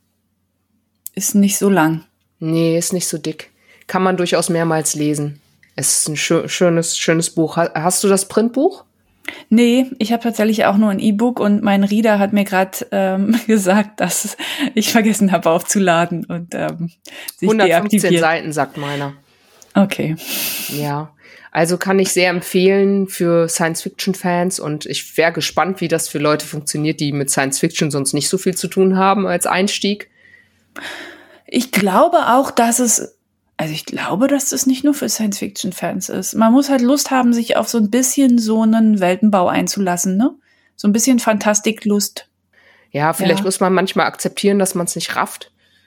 Ist nicht so lang. Nee, ist nicht so dick. Kann man durchaus mehrmals lesen. Es ist ein schönes Buch. Hast du das Printbuch? Nee, ich habe tatsächlich auch nur ein E-Book und mein Reader hat mir gerade gesagt, dass ich vergessen habe aufzuladen und sich 115 deaktiviert. Seiten, sagt meiner. Okay. Ja, also kann ich sehr empfehlen für Science-Fiction-Fans und ich wäre gespannt, wie das für Leute funktioniert, die mit Science-Fiction sonst nicht so viel zu tun haben als Einstieg. Ich glaube auch, dass es nicht nur für Science-Fiction-Fans ist. Man muss halt Lust haben, sich auf so ein bisschen so einen Weltenbau einzulassen, ne? So ein bisschen Fantastiklust. Ja, vielleicht muss man manchmal akzeptieren, dass man es nicht rafft.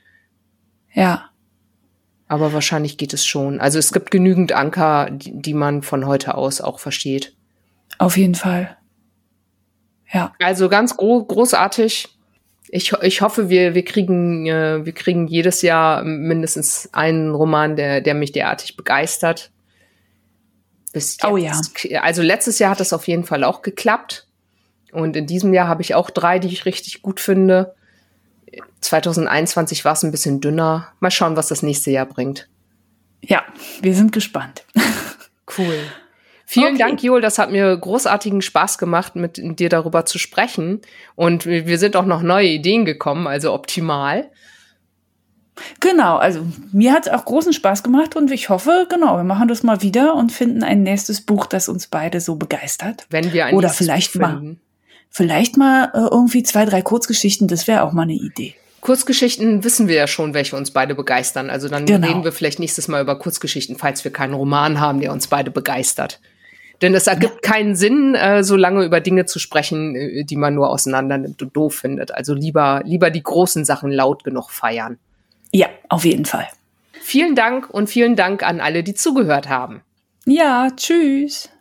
Ja. Aber wahrscheinlich geht es schon. Also es gibt genügend Anker, die man von heute aus auch versteht. Auf jeden Fall. Ja. Also ganz großartig. Ich hoffe, wir kriegen jedes Jahr mindestens einen Roman, der mich derartig begeistert. Bis jetzt. Oh ja. Also letztes Jahr hat das auf jeden Fall auch geklappt. Und in diesem Jahr habe ich auch 3, die ich richtig gut finde. 2021 war es ein bisschen dünner. Mal schauen, was das nächste Jahr bringt. Ja, wir sind gespannt. Cool. Vielen Dank, Joel. Das hat mir großartigen Spaß gemacht, mit dir darüber zu sprechen. Und wir sind auch noch neue Ideen gekommen, also optimal. Genau, also mir hat es auch großen Spaß gemacht und ich hoffe, wir machen das mal wieder und finden ein nächstes Buch, das uns beide so begeistert. Wenn wir ein Oder nächstes vielleicht Buch finden. Vielleicht mal irgendwie 2, 3 Kurzgeschichten, das wäre auch mal eine Idee. Kurzgeschichten wissen wir ja schon, welche uns beide begeistern. Also dann reden wir vielleicht nächstes Mal über Kurzgeschichten, falls wir keinen Roman haben, der uns beide begeistert. Denn es ergibt keinen Sinn, so lange über Dinge zu sprechen, die man nur auseinander nimmt und doof findet. Also lieber die großen Sachen laut genug feiern. Ja, auf jeden Fall. Vielen Dank und vielen Dank an alle, die zugehört haben. Ja, tschüss.